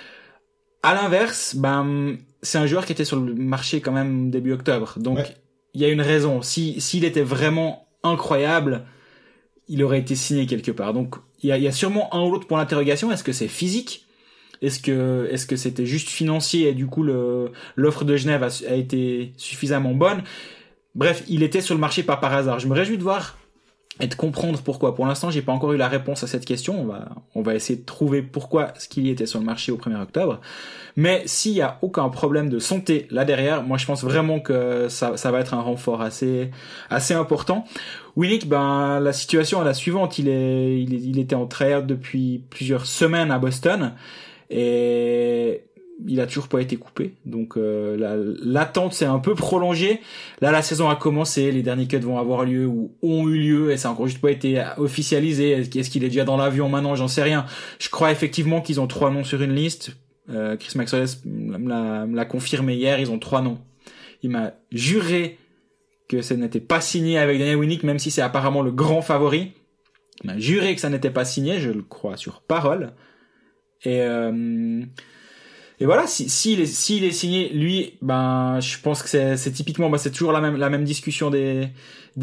[SPEAKER 3] À l'inverse, c'est un joueur qui était sur le marché quand même début octobre. Donc, il y a une raison. S'il était vraiment incroyable, il aurait été signé quelque part. Donc, il y a sûrement un ou l'autre point d'interrogation. Est-ce que c'est physique? Est-ce que c'était juste financier et du coup l'offre de Genève a été suffisamment bonne? Bref, il était sur le marché pas par hasard. Je me réjouis de voir et de comprendre pourquoi. Pour l'instant, j'ai pas encore eu la réponse à cette question. On va essayer de trouver pourquoi ce qu'il y était sur le marché au 1er octobre. Mais s'il y a aucun problème de santé là derrière, moi je pense vraiment que ça va être un renfort assez important. Winnick, la situation est la suivante. Il était en tryhard depuis plusieurs semaines à Boston. Et il a toujours pas été coupé, donc l'attente s'est un peu prolongée. Là, la saison a commencé, les derniers cuts vont avoir lieu ou ont eu lieu, et ça a encore juste pas été officialisé. Est-ce qu'il est déjà dans l'avion maintenant? J'en sais rien. Je crois effectivement qu'ils ont 3 noms sur une liste. Chris Maxwell me l'a confirmé hier. Ils ont 3 noms. Il m'a juré que ça n'était pas signé avec Daniel Winnick, même si c'est apparemment le grand favori. Il m'a juré que ça n'était pas signé. Je le crois sur parole. Et voilà, s'il est signé, lui, je pense que c'est typiquement, c'est toujours la même discussion des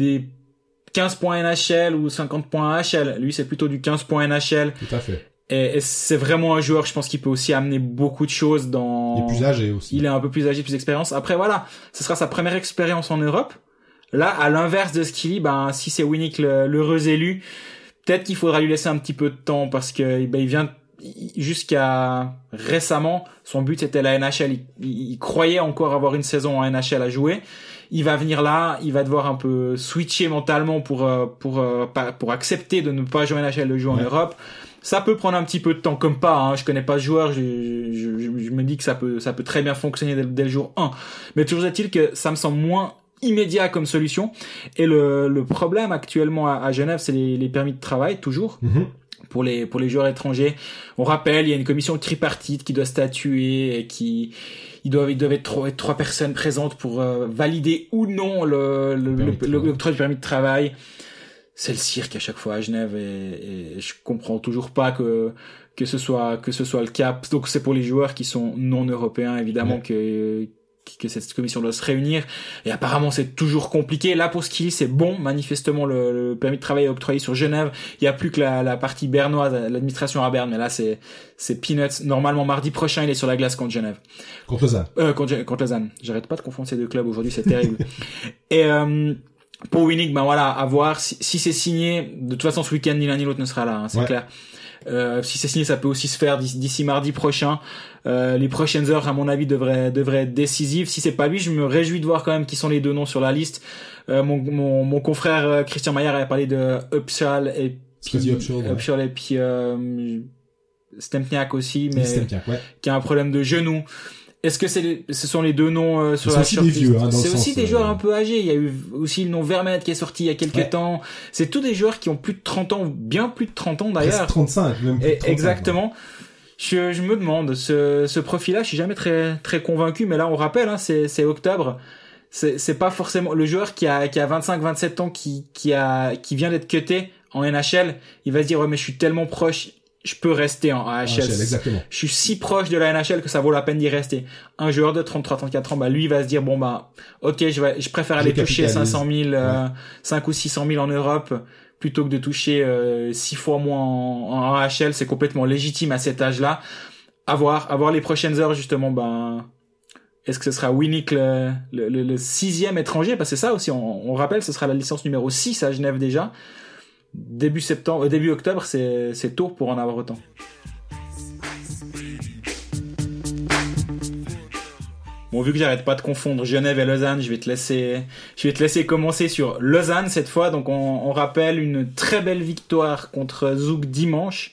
[SPEAKER 3] 15 points NHL ou 50 points AHL. Lui, c'est plutôt du 15 points NHL.
[SPEAKER 2] Tout à fait.
[SPEAKER 3] Et c'est vraiment un joueur, je pense qu'il peut aussi amener beaucoup de choses dans...
[SPEAKER 2] Il est plus âgé aussi.
[SPEAKER 3] Il est un peu plus âgé, plus d'expérience. Après, voilà, ce sera sa première expérience en Europe. Là, à l'inverse de Skilly, si c'est Winnick l'heureux élu, peut-être qu'il faudra lui laisser un petit peu de temps parce que, il vient jusqu'à récemment, son but c'était la NHL. Il croyait encore avoir une saison en NHL à jouer. Il va venir là, il va devoir un peu switcher mentalement pour accepter de ne pas jouer en NHL, de jouer en Europe. Ça peut prendre un petit peu de temps, comme pas, hein. Je connais pas ce joueur, je me dis que ça peut très bien fonctionner dès le jour 1. Mais toujours est-il que ça me semble moins immédiat comme solution. Et le problème actuellement à Genève, c'est les permis de travail, toujours. Mm-hmm. Pour les joueurs étrangers. On rappelle, il y a une commission tripartite qui doit statuer et ils doivent être 3 personnes présentes pour valider ou non l'octroi du permis de travail. C'est le cirque à chaque fois à Genève et je comprends toujours pas que ce soit le cas. Donc c'est pour les joueurs qui sont non européens évidemment que cette commission doit se réunir, et apparemment c'est toujours compliqué. Là pour Skilly c'est bon, manifestement le permis de travail est octroyé sur Genève, il y a plus que la partie bernoise, l'administration à Berne, mais là c'est peanuts. Normalement mardi prochain il est sur la glace contre Genève, contre Lausanne. J'arrête pas de confondre ces deux clubs aujourd'hui, c'est terrible. Et pour Winnick, à voir si c'est signé. De toute façon ce week-end ni l'un ni l'autre ne sera là, hein, c'est clair. Si c'est signé, ça peut aussi se faire d'ici mardi prochain. Les prochaines heures, à mon avis, devraient être décisives. Si c'est pas lui, je me réjouis de voir quand même qui sont les deux noms sur la liste. Mon confrère Christian Maillard avait parlé de Upshall et puis Stempniak aussi, mais qui a un problème de genou. Est-ce que ce sont les deux noms sur la shortlist? C'est aussi des vieux, c'est aussi des joueurs un peu âgés. Il y a eu aussi le nom Vermette qui est sorti il y a quelques temps. C'est tous des joueurs qui ont plus de 30 ans, bien plus de 30 ans d'ailleurs.
[SPEAKER 2] Presque 35, même plus de 35.
[SPEAKER 3] Exactement. Je me demande, ce profil-là, je suis jamais très, très convaincu, mais là, on rappelle, hein, c'est octobre. C'est pas forcément le joueur qui a 25, 27 ans qui vient d'être cuté en NHL. Il va se dire, ouais, mais je suis tellement proche. Je peux rester en AHL.
[SPEAKER 2] Exactement.
[SPEAKER 3] Je suis si proche de la NHL que ça vaut la peine d'y rester. Un joueur de 33, 34 ans, lui, il va se dire, ok, je préfère aller toucher 500 000, 5 ou 600 000 en Europe, plutôt que de toucher 6 fois moins en AHL. C'est complètement légitime à cet âge-là. À voir les prochaines heures, justement, est-ce que ce sera Winnick le 6e étranger? Parce que c'est ça aussi, on rappelle, ce sera la licence numéro 6 à Genève déjà. Début octobre, c'est tôt pour en avoir autant. Bon, vu que j'arrête pas de confondre Genève et Lausanne, je vais te laisser commencer sur Lausanne cette fois. Donc on rappelle une très belle victoire contre Zug dimanche.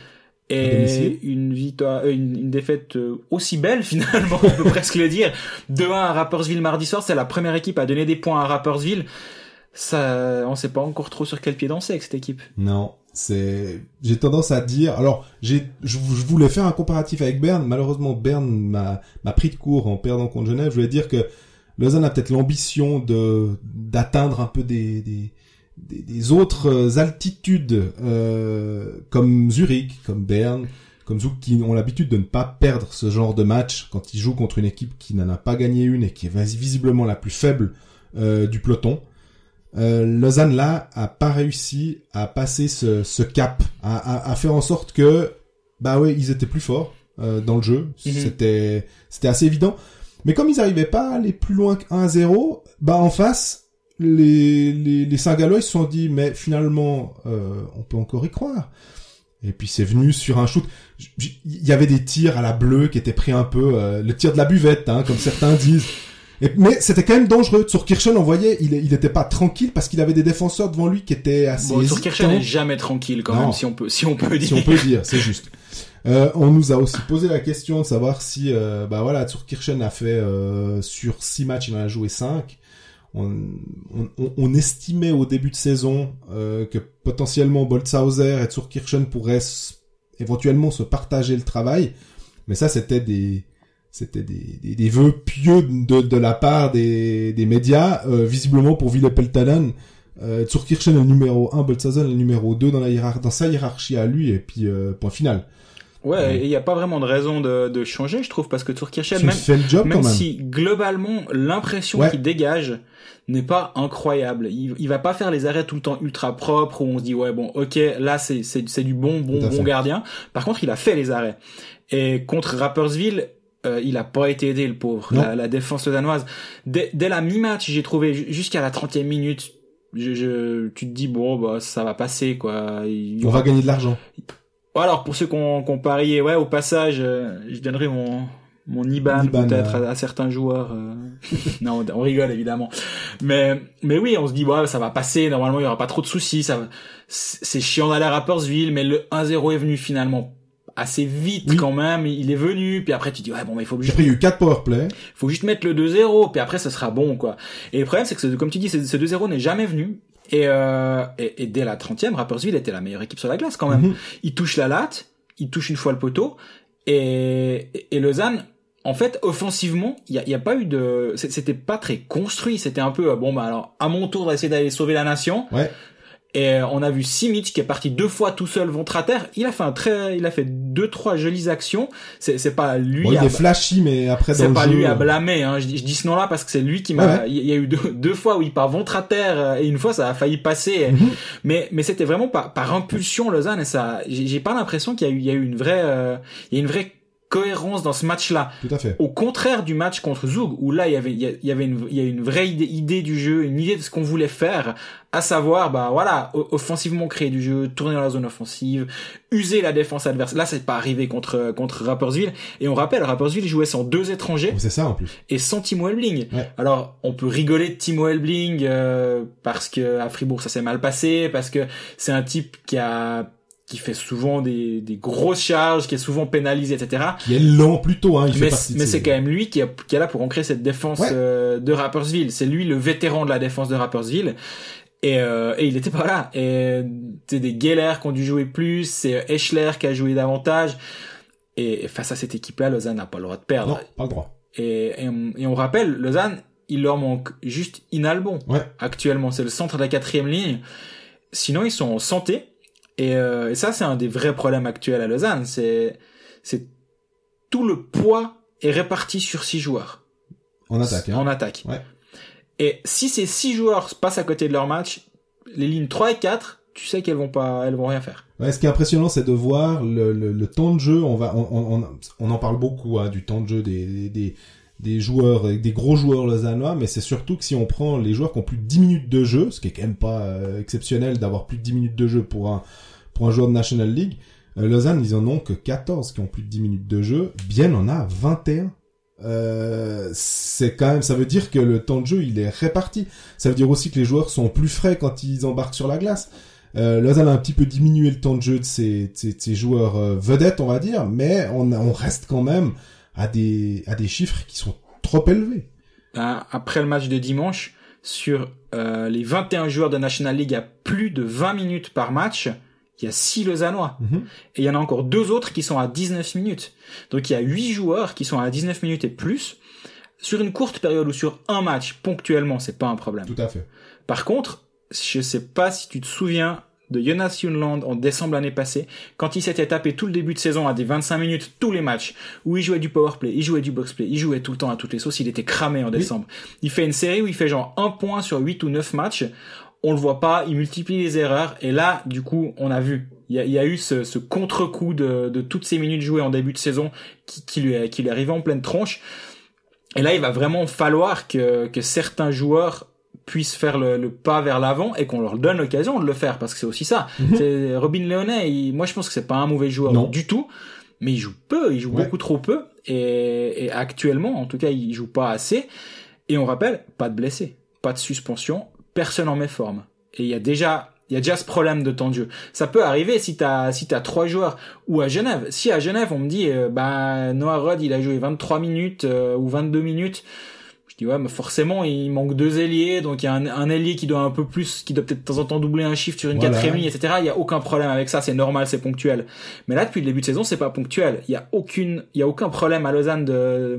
[SPEAKER 3] Et une défaite aussi belle finalement, on peut presque le dire. 2-1 à Rapperswil mardi soir, c'est la première équipe à donner des points à Rapperswil. Ça, on sait pas encore trop sur quel pied danser avec cette équipe.
[SPEAKER 2] Non, j'ai tendance à dire, alors, je voulais faire un comparatif avec Berne. Malheureusement, Berne m'a pris de court en perdant contre Genève. Je voulais dire que Lausanne a peut-être l'ambition d'atteindre un peu des autres altitudes, comme Zurich, comme Berne, comme Zug, qui ont l'habitude de ne pas perdre ce genre de match quand ils jouent contre une équipe qui n'en a pas gagné une et qui est visiblement la plus faible, du peloton. Lausanne là a pas réussi à passer ce cap, à faire en sorte que ils étaient plus forts dans le jeu. C'était assez évident, mais comme ils arrivaient pas à aller plus loin que 1-0, en face les Saint-Gallois se sont dit mais finalement on peut encore y croire. Et puis c'est venu sur un shoot. Il y avait des tirs à la bleue qui étaient pris un peu le tir de la buvette, comme certains disent. Mais c'était quand même dangereux. Tsurkirchen, on voyait, il était pas tranquille parce qu'il avait des défenseurs devant lui qui étaient assez hésitants.
[SPEAKER 3] Tsurkirchen n'est jamais tranquille quand même, si on peut dire.
[SPEAKER 2] Si on peut dire, c'est juste. On nous a aussi posé la question de savoir si, Tsurkirchen a fait, sur 6 matchs, il en a joué 5. On estimait au début de saison, que potentiellement Boltzhauser et Tsurkirchen pourraient éventuellement se partager le travail. Mais ça, c'était des vœux pieux de la part des médias, visiblement pour Ville Peltonen. Tsurkirchen est le numéro 1, Boltzhauser est le numéro 2 dans sa hiérarchie à lui, et puis point final.
[SPEAKER 3] Ouais, et il n'y a pas vraiment de raison de changer, je trouve, parce que Tsurkirchen,
[SPEAKER 2] même
[SPEAKER 3] si globalement l'impression qu'il dégage n'est pas incroyable, il va pas faire les arrêts tout le temps ultra propres où on se dit ouais bon ok là c'est du bon gardien. Par contre il a fait les arrêts, et contre Rapperswil il a pas été aidé, le pauvre. La défense danoise. Dès la mi-match, j'ai trouvé jusqu'à la 30e minute, tu te dis ça va passer quoi.
[SPEAKER 2] On va gagner de l'argent.
[SPEAKER 3] Alors pour ceux qui ont parié, au passage, je donnerai mon IBAN peut-être à certains joueurs. Non, on rigole évidemment. Mais oui, on se dit ça va passer. Normalement, il y aura pas trop de soucis. C'est chiant d'aller à Rapperswil, mais le 1-0 est venu finalement assez vite quand même. Il est venu, puis après tu dis il faut juste.
[SPEAKER 2] Après il y a eu 4 powerplay.
[SPEAKER 3] Faut juste mettre le 2-0, puis après ça sera bon quoi. Et le problème c'est que comme tu dis, ce 2-0 n'est jamais venu. Et dès la 30e, Rapperswil était la meilleure équipe sur la glace quand même. Il touche la latte, il touche une fois le poteau, et Lausanne, en fait, offensivement, il y a pas eu c'était pas très construit. C'était un peu alors à mon tour d'essayer d'aller sauver la nation. Ouais. Et on a vu Simic qui est parti 2 fois tout seul ventre à terre. Il a fait 2-3 jolies actions. C'est pas lui.
[SPEAKER 2] Il est flashy, mais après
[SPEAKER 3] c'est pas lui à blâmer. Je dis ce nom-là parce que c'est lui qui m'a. Il y a eu deux fois où il part ventre à terre et une fois ça a failli passer. Mais c'était vraiment par impulsion Lausanne, et ça. J'ai pas l'impression qu'il y a eu une vraie cohérence dans ce match-là.
[SPEAKER 2] Tout à fait.
[SPEAKER 3] Au contraire du match contre Zug, où là, il y a une vraie idée du jeu, une idée de ce qu'on voulait faire, à savoir, offensivement créer du jeu, tourner dans la zone offensive, user la défense adverse. Là, c'est pas arrivé contre Rapperswil. Et on rappelle, Rapperswil jouait sans 2 étrangers.
[SPEAKER 2] C'est ça, en plus.
[SPEAKER 3] Et sans Timo Helbling.
[SPEAKER 2] Ouais.
[SPEAKER 3] Alors, on peut rigoler de Timo Helbling, parce que à Fribourg, ça s'est mal passé, parce que c'est un type qui fait souvent des grosses charges, qui est souvent pénalisé, etc.
[SPEAKER 2] Qui est lent plutôt, hein.
[SPEAKER 3] Mais c'est quand même lui qui est là pour ancrer cette défense de Rapperswil. C'est lui le vétéran de la défense de Rapperswil. Et il était pas là. Et c'est des Geller qui ont dû jouer plus, c'est Eschler qui a joué davantage. Et face à cette équipe-là, Lausanne n'a pas le droit de perdre.
[SPEAKER 2] Non, pas le droit.
[SPEAKER 3] Et on rappelle, Lausanne, il leur manque juste Inalbon.
[SPEAKER 2] Ouais.
[SPEAKER 3] Actuellement, c'est le centre de la 4e ligne. Sinon, ils sont en santé. Et ça, c'est un des vrais problèmes actuels à Lausanne. C'est tout le poids est réparti sur 6 joueurs.
[SPEAKER 2] En attaque, hein.
[SPEAKER 3] En attaque.
[SPEAKER 2] Ouais.
[SPEAKER 3] Et si ces 6 joueurs passent à côté de leur match, les lignes 3 et 4, tu sais qu'elles vont rien faire.
[SPEAKER 2] Ouais, ce qui est impressionnant, c'est de voir le temps de jeu. On en parle beaucoup, hein, du temps de jeu des joueurs, des gros joueurs lausannois, mais c'est surtout que si on prend les joueurs qui ont plus de 10 minutes de jeu, ce qui est quand même pas exceptionnel d'avoir plus de 10 minutes de jeu pour un joueur de National League, Lausanne, ils en ont que 14 qui ont plus de 10 minutes de jeu. Bienne en a 21. C'est quand même, ça veut dire que le temps de jeu, il est réparti. Ça veut dire aussi que les joueurs sont plus frais quand ils embarquent sur la glace. Lausanne a un petit peu diminué le temps de jeu de ses joueurs vedettes, on va dire, mais on reste quand même à des chiffres qui sont trop élevés.
[SPEAKER 3] Après le match de dimanche, sur les 21 joueurs de National League à plus de 20 minutes par match, il y a 6 Lausannois.
[SPEAKER 2] Mm-hmm.
[SPEAKER 3] Et il y en a encore 2 autres qui sont à 19 minutes. Donc il y a 8 joueurs qui sont à 19 minutes et plus. Sur une courte période ou sur un match, ponctuellement, c'est pas un problème.
[SPEAKER 2] Tout à fait.
[SPEAKER 3] Par contre, je sais pas si tu te souviens de Jonas Junland en décembre l'année passée, quand il s'était tapé tout le début de saison à des 25 minutes tous les matchs, où il jouait du powerplay, il jouait du boxplay, il jouait tout le temps à toutes les sauces, il était cramé en décembre. Il fait une série où il fait genre 1 point sur 8 ou 9 matchs, on le voit pas, il multiplie les erreurs, et là, du coup, on a vu. Il y a eu ce contre-coup de toutes ces minutes jouées en début de saison qui lui est arrivé en pleine tronche. Et là, il va vraiment falloir que certains joueurs puissent faire le pas vers l'avant et qu'on leur donne l'occasion de le faire, parce que c'est aussi ça.
[SPEAKER 2] Mm-hmm.
[SPEAKER 3] C'est Robin Léonet, moi je pense que c'est pas un mauvais joueur du tout, mais il joue peu, il joue beaucoup trop peu, et actuellement, en tout cas, il joue pas assez. Et on rappelle, pas de blessés, pas de suspension, personne en méforme. Et il y a déjà ce problème de temps de jeu. Ça peut arriver si t'as 3 joueurs, ou à Genève. Si à Genève, on me dit, Noah Rod, il a joué 23 minutes, ou 22 minutes, je dis ouais, mais forcément il manque 2 ailiers, donc il y a un ailier qui doit peut-être de temps en temps doubler un shift sur une 4e ligne, etc. Il y a aucun problème avec ça, c'est normal, c'est ponctuel. Mais là, depuis le début de saison, c'est pas ponctuel. Il y a aucun problème à Lausanne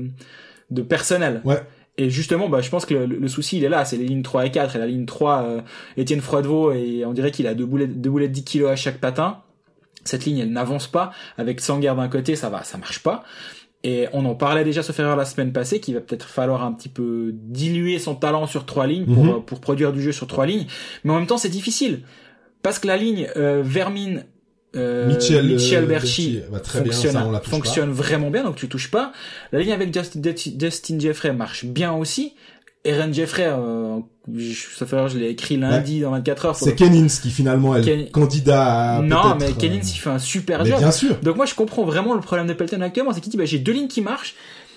[SPEAKER 3] de personnel.
[SPEAKER 2] Ouais.
[SPEAKER 3] Et justement, je pense que le souci, il est là, c'est les lignes 3 et 4, et la ligne 3, Étienne Froidevaux, et on dirait qu'il a deux boulettes de 10 kilos à chaque patin. Cette ligne, elle n'avance pas. Avec Sanger d'un côté, ça marche pas. Et on en parlait déjà, sauf erreur, la semaine passée, qu'il va peut-être falloir un petit peu diluer son talent sur 3 lignes pour produire du jeu sur 3 lignes. Mais en même temps, c'est difficile. Parce que la ligne Vermin, Mitchell Berchi fonctionne vraiment bien, donc tu touches pas. La ligne avec Justin Jeffrey marche bien aussi. Eren Jeffrey, sauf erreur, je l'ai écrit lundi dans 24 heures.
[SPEAKER 2] C'est Kennins qui finalement est le candidat à
[SPEAKER 3] non, mais Kennins, il fait un super job.
[SPEAKER 2] Bien sûr.
[SPEAKER 3] Donc moi, je comprends vraiment le problème de Pelton actuellement, c'est qu'il dit, j'ai 2 lignes qui marchent,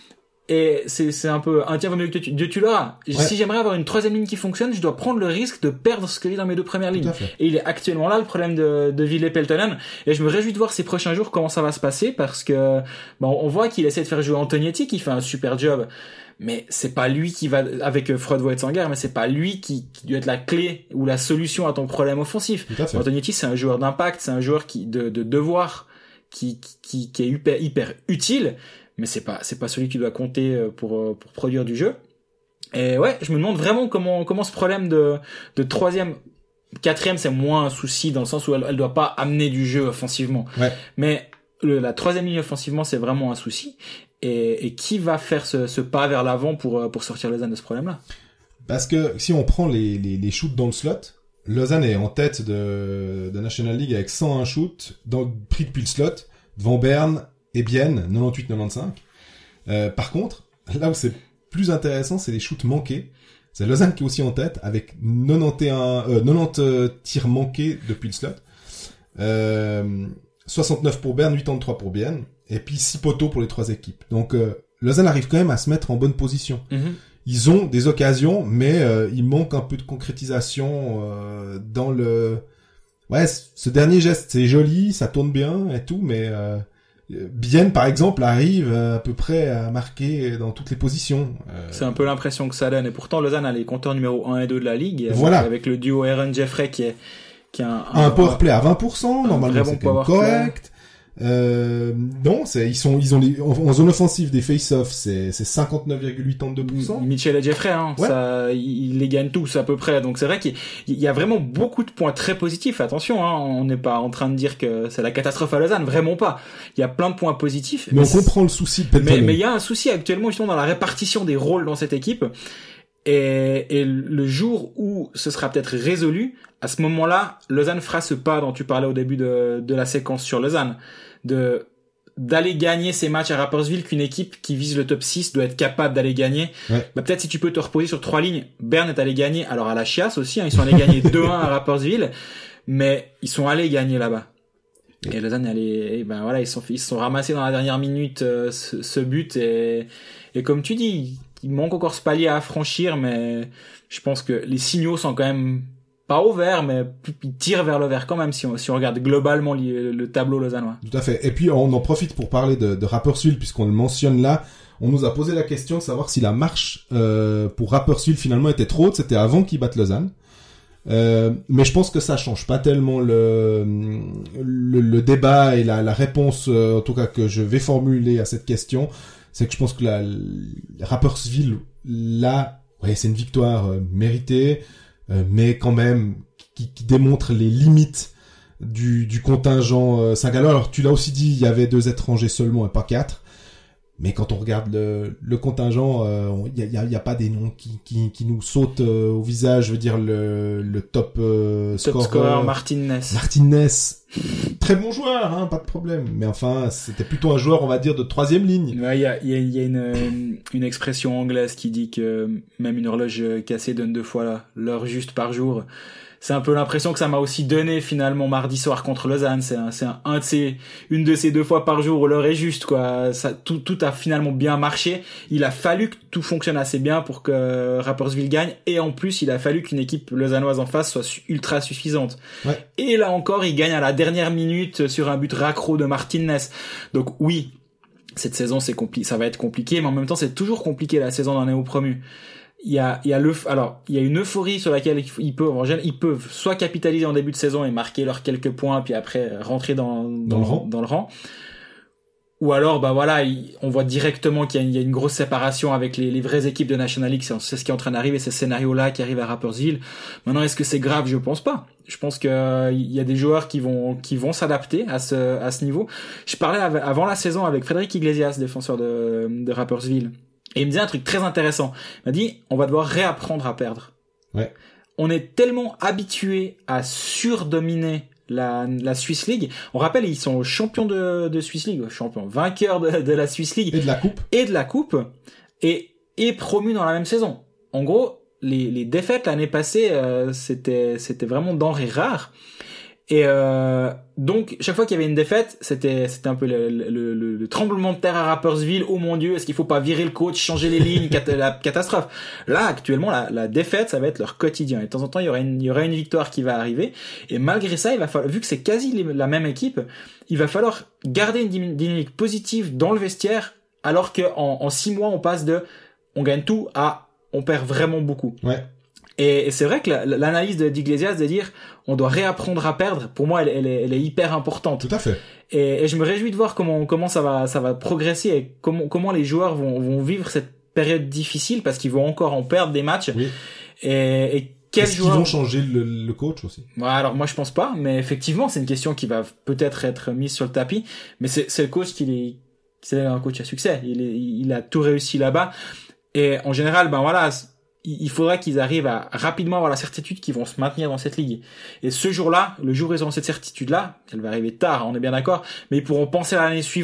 [SPEAKER 3] et c'est un peu un tiers vaut mieux que Dieu tu l'auras. Ouais. Si j'aimerais avoir une 3e ligne qui fonctionne, je dois prendre le risque de perdre ce que j'ai dans mes 2 premières lignes. Et il est actuellement là, le problème de Ville Peltonen. Et je me réjouis de voir ces prochains jours comment ça va se passer, parce que, on voit qu'il essaie de faire jouer Antonietti, qui fait un super job. Mais c'est pas lui qui va, avec Froidevaux et Sanger, mais c'est pas lui qui doit être la clé ou la solution à ton problème offensif. Antonietti, c'est un joueur d'impact, c'est un joueur de devoir, qui est hyper utile, mais c'est pas celui qui doit compter pour produire du jeu. Et ouais, je me demande vraiment comment ce problème de 3e, 4e, c'est moins un souci dans le sens où elle doit pas amener du jeu offensivement. Ouais. Mais la 3e ligne offensivement, c'est vraiment un souci. Et qui va faire ce pas vers l'avant pour sortir Lausanne de ce problème-là?
[SPEAKER 2] Parce que si on prend les shoots dans le slot, Lausanne est en tête de National League avec 101 shoots pris depuis le slot, devant Berne et Bienne, 98-95. Par contre, là où c'est plus intéressant, c'est les shoots manqués. C'est Lausanne qui est aussi en tête, avec 90 tirs manqués depuis le slot. 69 pour Berne, 83 pour Bienne, et puis 6 poteaux pour les 3 équipes. Donc, Lausanne arrive quand même à se mettre en bonne position. Ils ont des occasions, mais il manque un peu de concrétisation dans le... Ouais, ce dernier geste, c'est joli, ça tourne bien et tout, mais Bienne, par exemple, arrive à peu près à marquer dans toutes les positions.
[SPEAKER 3] C'est un peu l'impression que ça donne. Et pourtant, Lausanne a les compteurs numéro 1 et 2 de la ligue.
[SPEAKER 2] Voilà.
[SPEAKER 3] Avec le duo Aaron Jeffrey qui est
[SPEAKER 2] un powerplay à 20%, normalement c'est quand même correct. Non, ils ont en zone offensive des face-offs, c'est 59,82%.
[SPEAKER 3] Mitchell et Jeffrey,
[SPEAKER 2] Ouais.
[SPEAKER 3] ça, ils les gagnent tous à peu près. Donc c'est vrai qu'il y a vraiment beaucoup de points très positifs. Attention, on n'est pas en train de dire que c'est la catastrophe à Lausanne, vraiment pas. Il y a plein de points positifs.
[SPEAKER 2] Mais on comprend le souci de Peltonen.
[SPEAKER 3] Mais il y a un souci actuellement justement dans la répartition des rôles dans cette équipe. Et le jour où ce sera peut-être résolu, à ce moment-là, Lausanne fera ce pas dont tu parlais au début de la séquence sur Lausanne, d'aller gagner ces matchs à Rapperswil, qu'une équipe qui vise le top 6 doit être capable d'aller gagner.
[SPEAKER 2] Ouais.
[SPEAKER 3] Bah, peut-être si tu peux te reposer sur 3 lignes, Berne est allé gagner, alors à la chiasse aussi, ils sont allés gagner 2-1 à Rapperswil, mais ils sont allés gagner là-bas. Et Lausanne ils se sont ramassés dans la dernière minute ce but et comme tu dis, il manque encore ce palier à franchir, mais je pense que les signaux sont quand même pas au vert, mais ils tirent vers le vert quand même si on regarde globalement le tableau lausannois.
[SPEAKER 2] Tout à fait. Et puis on en profite pour parler de Rapperswil puisqu'on le mentionne là. On nous a posé la question de savoir si la marche pour Rapperswil finalement était trop haute. C'était avant qu'ils battent Lausanne. Mais je pense que ça change pas tellement le débat et la réponse en tout cas que je vais formuler à cette question. C'est que je pense que la Rapperswil là, ouais, c'est une victoire méritée, mais quand même qui démontre les limites du contingent Saint-Gallois. Alors tu l'as aussi dit, il y avait 2 étrangers seulement et pas 4. Mais quand on regarde le contingent, il y a pas des noms qui nous sautent au visage. Je veux dire le top
[SPEAKER 3] scorer
[SPEAKER 2] Martinez, très bon joueur, hein, pas de problème. Mais enfin, c'était plutôt un joueur, on va dire, de 3e ligne.
[SPEAKER 3] Ouais, il y a une expression anglaise qui dit que même une horloge cassée donne 2 fois l'heure juste par jour. C'est un peu l'impression que ça m'a aussi donné finalement mardi soir contre Lausanne. C'est une de ces 2 fois par jour où l'heure est juste, quoi. Ça, tout a finalement bien marché. Il a fallu que tout fonctionne assez bien pour que Rapperswil gagne. Et en plus, il a fallu qu'une équipe lausannoise en face soit ultra suffisante.
[SPEAKER 2] Ouais.
[SPEAKER 3] Et là encore, il gagne à la dernière minute sur un but raccro de Martinez. Donc oui, cette saison, ça va être compliqué, mais en même temps, c'est toujours compliqué la saison d'un néo-promu. Il y a une euphorie sur laquelle ils peuvent soit capitaliser en début de saison et marquer leurs quelques points puis après rentrer dans le rang. Ou alors, on voit directement qu'il y a une grosse séparation avec les vraies équipes de National League. C'est ce qui est en train d'arriver, ce scénario-là qui arrive à Rapperswil. Maintenant, est-ce que c'est grave? Je pense pas. Je pense que il y a des joueurs qui vont s'adapter à ce niveau. Je parlais avant la saison avec Frédéric Iglesias, défenseur de Rapperswil. Et il me disait un truc très intéressant. Il m'a dit, on va devoir réapprendre à perdre.
[SPEAKER 2] Ouais.
[SPEAKER 3] On est tellement habitué à surdominer la Swiss League. On rappelle, ils sont champions de Swiss League, vainqueurs de la Swiss League.
[SPEAKER 2] Et de la coupe.
[SPEAKER 3] Et promus dans la même saison. En gros, les défaites l'année passée, c'était vraiment denrée rare. Et donc chaque fois qu'il y avait une défaite, c'était un peu le tremblement de terre à Rapperswil. Oh mon Dieu, est-ce qu'il faut pas virer le coach, changer les lignes, la catastrophe. Là actuellement, la défaite, ça va être leur quotidien. Et de temps en temps, il y aura une victoire qui va arriver. Et malgré ça, il va falloir, vu que c'est quasi la même équipe, il va falloir garder une dynamique positive dans le vestiaire, alors que en 6 mois, on passe de on gagne tout à on perd vraiment beaucoup.
[SPEAKER 2] Ouais.
[SPEAKER 3] Et c'est vrai que l'analyse d'Iglesias de dire on doit réapprendre à perdre, pour moi elle est hyper importante.
[SPEAKER 2] Tout à fait.
[SPEAKER 3] Et je me réjouis de voir comment ça va progresser et comment les joueurs vont vivre cette période difficile parce qu'ils vont encore en perdre des matchs.
[SPEAKER 2] Oui.
[SPEAKER 3] Et quels
[SPEAKER 2] Est-ce
[SPEAKER 3] joueurs
[SPEAKER 2] qu'ils vont changer le coach aussi?
[SPEAKER 3] Ouais, alors moi je pense pas, mais effectivement c'est une question qui va peut-être être mise sur le tapis. Mais c'est le coach c'est un coach à succès. Il a tout réussi là-bas. Et en général, il faudra qu'ils arrivent à rapidement avoir la certitude qu'ils vont se maintenir dans cette ligue. Et ce jour-là, le jour où ils auront cette certitude-là, elle va arriver tard, on est bien d'accord, mais ils pourront penser à l'année suivante.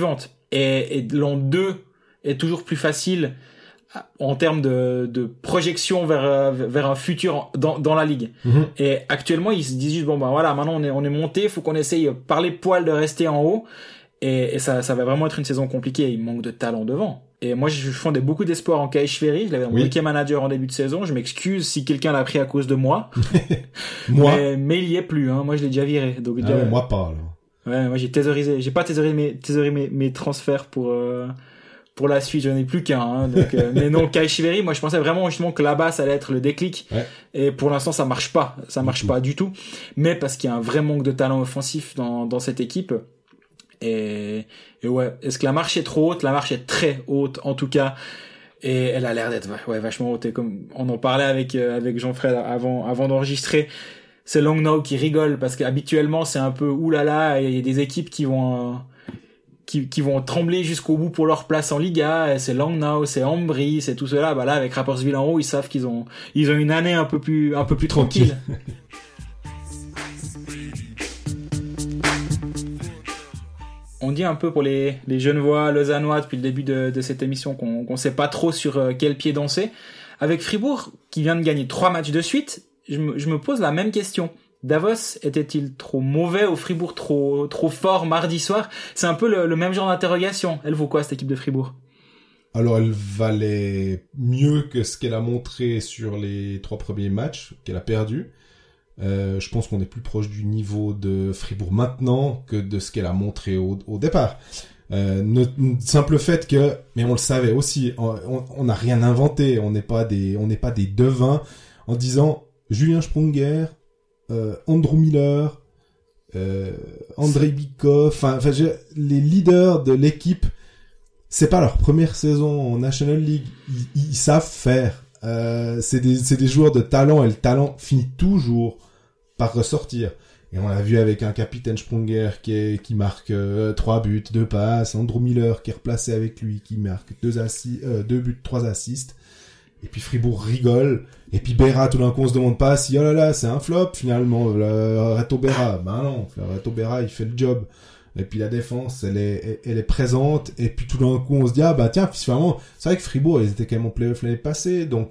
[SPEAKER 3] et l'an 2 est toujours plus facile en termes de projection vers un futur dans la ligue. Et actuellement, ils se disent juste, bon, ben voilà, maintenant on est monté, faut qu'on essaye par les poils de rester en haut. Et ça va vraiment être une saison compliquée. Il manque de talent devant. Et moi, je fondais beaucoup d'espoir en Kaishveri. Je l'avais dans mon week-end manager en début de saison. Je m'excuse si quelqu'un l'a pris à cause de moi. mais il y est plus, hein. Moi, je l'ai déjà viré. Donc,
[SPEAKER 2] déjà... moi pas, alors.
[SPEAKER 3] Ouais, moi, j'ai pas thésaurisé mes transferts pour la suite. J'en ai plus qu'un, hein. Donc, mais non, Kaishveri, moi, je pensais vraiment, justement, que là-bas, ça allait être le déclic. Ouais. Et pour l'instant, ça marche pas. Ça marche pas du tout. Mais parce qu'il y a un vrai manque de talent offensif dans cette équipe. Et ouais, est-ce que la marche est trop haute? La marche est très haute, en tout cas. Et elle a l'air d'être, vachement haute. Et comme on en parlait avec Jean-Fred avant d'enregistrer, c'est Langnau qui rigole parce qu'habituellement, c'est un peu oulala, et il y a des équipes qui vont trembler jusqu'au bout pour leur place en Liga. Et c'est Langnau, c'est Ambry, c'est tout cela. Bah là, avec Rapperswil en haut, ils savent qu'ils ont une année un peu plus tranquille. On dit un peu pour les Genevois, Lausannois depuis le début de cette émission qu'on sait pas trop sur quel pied danser. Avec Fribourg, qui vient de gagner 3 matchs de suite, je me pose la même question. Davos était-il trop mauvais ou Fribourg trop fort mardi soir? C'est un peu le même genre d'interrogation. Elle vaut quoi, cette équipe de Fribourg?
[SPEAKER 2] Alors, elle valait mieux que ce qu'elle a montré sur les 3 premiers matchs qu'elle a perdus. Je pense qu'on est plus proche du niveau de Fribourg maintenant que de ce qu'elle a montré au départ. Simple fait que, mais on le savait aussi, on n'a rien inventé, on n'est pas des devins en disant Julien Sprunger, Andrew Miller, Andrei Bikov, enfin les leaders de l'équipe, c'est pas leur première saison en National League, ils savent faire. C'est des joueurs de talent et le talent finit toujours par ressortir. Et on l'a vu avec un capitaine Sprunger qui marque 3 buts, 2 passes, Andrew Miller qui est replacé avec lui, qui marque 2 buts, 3 assists. Et puis Fribourg rigole. Et puis Berra, tout d'un coup, on se demande pas si, oh là là, c'est un flop, finalement, Reto Berra. Ben non, Reto Berra, il fait le job. Et puis la défense, elle est présente. Et puis tout d'un coup, on se dit, ah bah tiens, finalement, c'est vrai que Fribourg, ils étaient quand même en play-off l'année passée. Donc,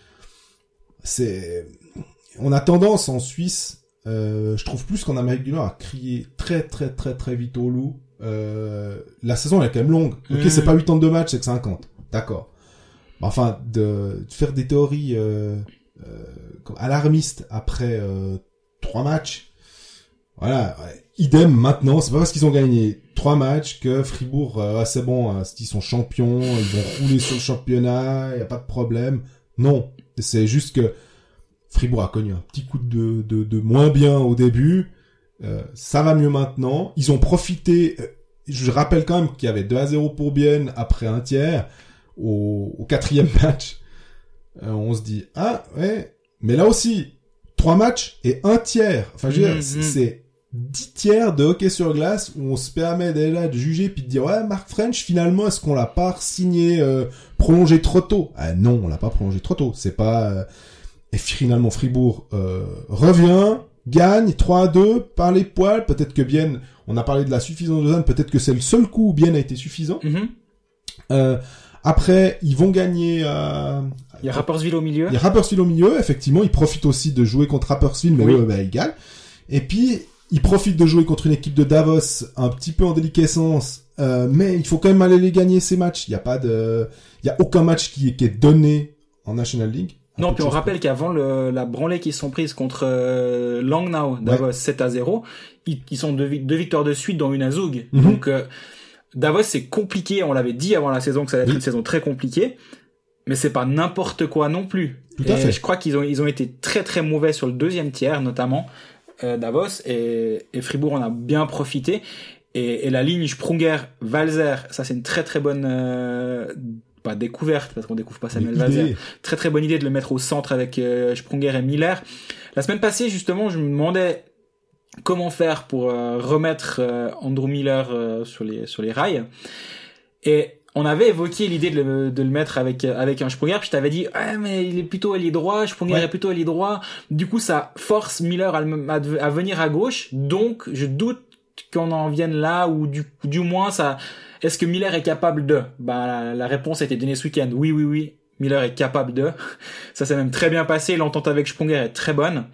[SPEAKER 2] on a tendance en Suisse, je trouve plus qu'en Amérique du Nord, à crier très très très très vite au loup. La saison elle est quand même longue. Ok, c'est pas 82 matchs, c'est que 50. D'accord. Enfin, de faire des théories alarmistes après 3 matchs. Voilà. Idem maintenant, c'est pas parce qu'ils ont gagné 3 matchs que Fribourg, c'est bon, ils sont champions, ils vont rouler sur le championnat, y a pas de problème. Non. C'est juste que Fribourg a connu un petit coup de moins bien au début. Ça va mieux maintenant. Ils ont profité. Je rappelle quand même qu'il y avait 2-0 pour Bienne après un tiers. Au 4e match. On se dit, ah, ouais. Mais là aussi, 3 matchs et 1 tiers. Enfin, je veux dire, c'est 10 tiers de hockey sur glace où on se permet déjà de juger puis de dire, ouais, Mark French, finalement, est-ce qu'on l'a pas signé, prolongé trop tôt? Ah, non, on l'a pas prolongé trop tôt. C'est pas, et finalement, Fribourg revient, gagne 3-2 par les poils. Peut-être que Bienne, on a parlé de la suffisance de Lausanne, peut-être que c'est le seul coup où Bienne a été suffisant. Après, ils vont gagner...
[SPEAKER 3] il y a Rapperswil au milieu.
[SPEAKER 2] Il y a Rapperswil au milieu, effectivement. Ils profitent aussi de jouer contre Rapperswil, mais ils gagnent. Et puis, ils profitent de jouer contre une équipe de Davos un petit peu en déliquescence. Mais il faut quand même aller les gagner, ces matchs. Il y a aucun match qui est donné en National League.
[SPEAKER 3] Non, puis on rappelle qu'avant la branlée qu'ils se sont prises contre Langnau, Davos 7-0, ils sont deux victoires de suite, dont une à Zug. Donc Davos, c'est compliqué. On l'avait dit avant la saison que ça allait être une saison très compliquée, mais c'est pas n'importe quoi non plus. Tout à fait. Je crois qu'ils ont été très très mauvais sur le 2e tiers, notamment Davos, et Fribourg en a bien profité. Et la ligne Sprunger-Walser, ça c'est une très très bonne pas découverte, parce qu'on découvre pas Samuel Walser. Très très bonne idée de le mettre au centre avec Sprunger et Miller. La semaine passée, justement, je me demandais comment faire pour remettre Andrew Miller sur les rails. Et on avait évoqué l'idée de le mettre avec un Sprunger, puis je t'avais dit mais il est plutôt ailier droit, Sprunger est plutôt ailier droit. Du coup, ça force Miller à venir à gauche. Donc, je doute qu'on en vienne là, ou du moins est-ce que Miller est capable de? La réponse a été donnée ce week-end. Oui. Miller est capable de. Ça s'est même très bien passé. L'entente avec Sponger est très bonne.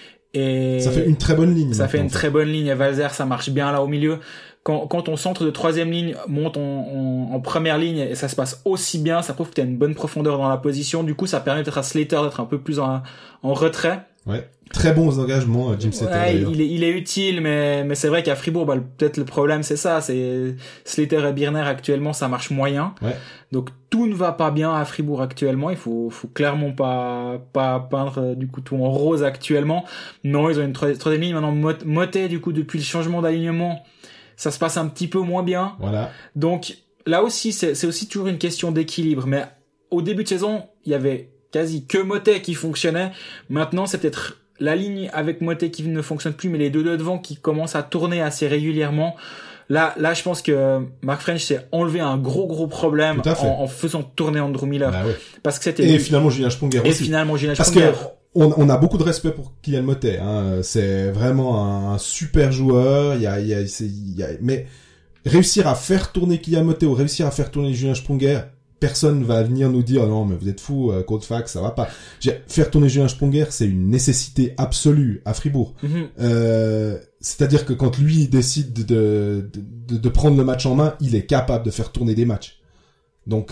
[SPEAKER 3] Et
[SPEAKER 2] ça fait une très bonne ligne.
[SPEAKER 3] Ça fait une très bonne ligne. Et Valzer, ça marche bien là au milieu. Quand ton centre de troisième ligne monte en première ligne et ça se passe aussi bien, ça prouve que tu as une bonne profondeur dans la position. Du coup, ça permet peut-être à Slater d'être un peu plus en retrait.
[SPEAKER 2] Ouais. Très bons engagements, Jim Slater.
[SPEAKER 3] Ouais, il est utile, mais c'est vrai qu'à Fribourg, peut-être le problème c'est ça, c'est Slater et Birner actuellement, ça marche moyen.
[SPEAKER 2] Ouais.
[SPEAKER 3] Donc tout ne va pas bien à Fribourg actuellement. Il faut clairement pas peindre du coup tout en rose actuellement. Non, ils ont une troisième ligne maintenant. Motet, du coup, depuis le changement d'alignement, ça se passe un petit peu moins bien.
[SPEAKER 2] Voilà.
[SPEAKER 3] Donc là aussi, c'est aussi toujours une question d'équilibre. Mais au début de saison, il y avait quasi que Motet qui fonctionnait. Maintenant, c'est peut-être la ligne avec Motet qui ne fonctionne plus, mais les deux devant qui commencent à tourner assez régulièrement. Là, je pense que Mark French s'est enlevé un gros problème en faisant tourner Andrew Miller.
[SPEAKER 2] Bah ouais.
[SPEAKER 3] Parce que c'était
[SPEAKER 2] et finalement Julien Sponger aussi. Parce que on a beaucoup de respect pour Kylian Motet, hein. C'est vraiment un super joueur. Mais réussir à faire tourner Kylian Motet ou réussir à faire tourner Julien Sponger, personne va venir nous dire non mais vous êtes fous, Codefax, ça va pas. Faire tourner Julien Sponger, c'est une nécessité absolue à Fribourg. C'est-à-dire que quand lui décide de prendre le match en main, il est capable de faire tourner des matchs. Donc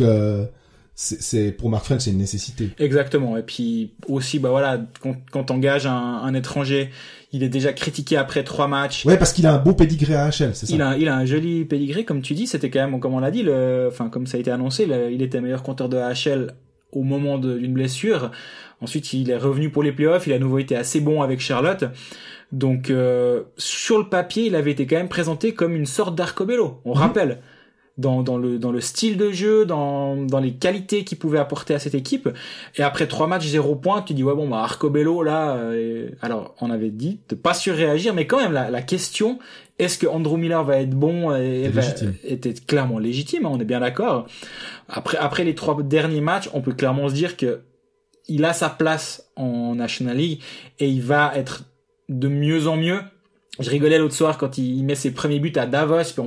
[SPEAKER 2] c'est pour Mark French, c'est une nécessité.
[SPEAKER 3] Exactement. Et puis aussi quand t'engages un étranger, il est déjà critiqué après 3 matchs.
[SPEAKER 2] Ouais, parce qu'il a un beau pédigré à HL, c'est ça.
[SPEAKER 3] Il a un joli pédigré, comme tu dis. C'était quand même, comme on l'a dit, comme ça a été annoncé, il était meilleur compteur de HL au moment d'une blessure. Ensuite, il est revenu pour les playoffs. Il a à nouveau été assez bon avec Charlotte. Donc, sur le papier, il avait été quand même présenté comme une sorte d'Arcobello. On rappelle. Dans le style de jeu, dans les qualités qu'il pouvait apporter à cette équipe. Et après 3 matchs, 0 points, tu dis Arcobello là, alors on avait dit de pas surréagir, mais quand même la question, est-ce que Andrew Miller va être bon était clairement légitime, hein, on est bien d'accord. Après les 3 derniers matchs, on peut clairement se dire que il a sa place en National League et il va être de mieux en mieux. Je rigolais l'autre soir quand il met ses premiers buts à Davos, puis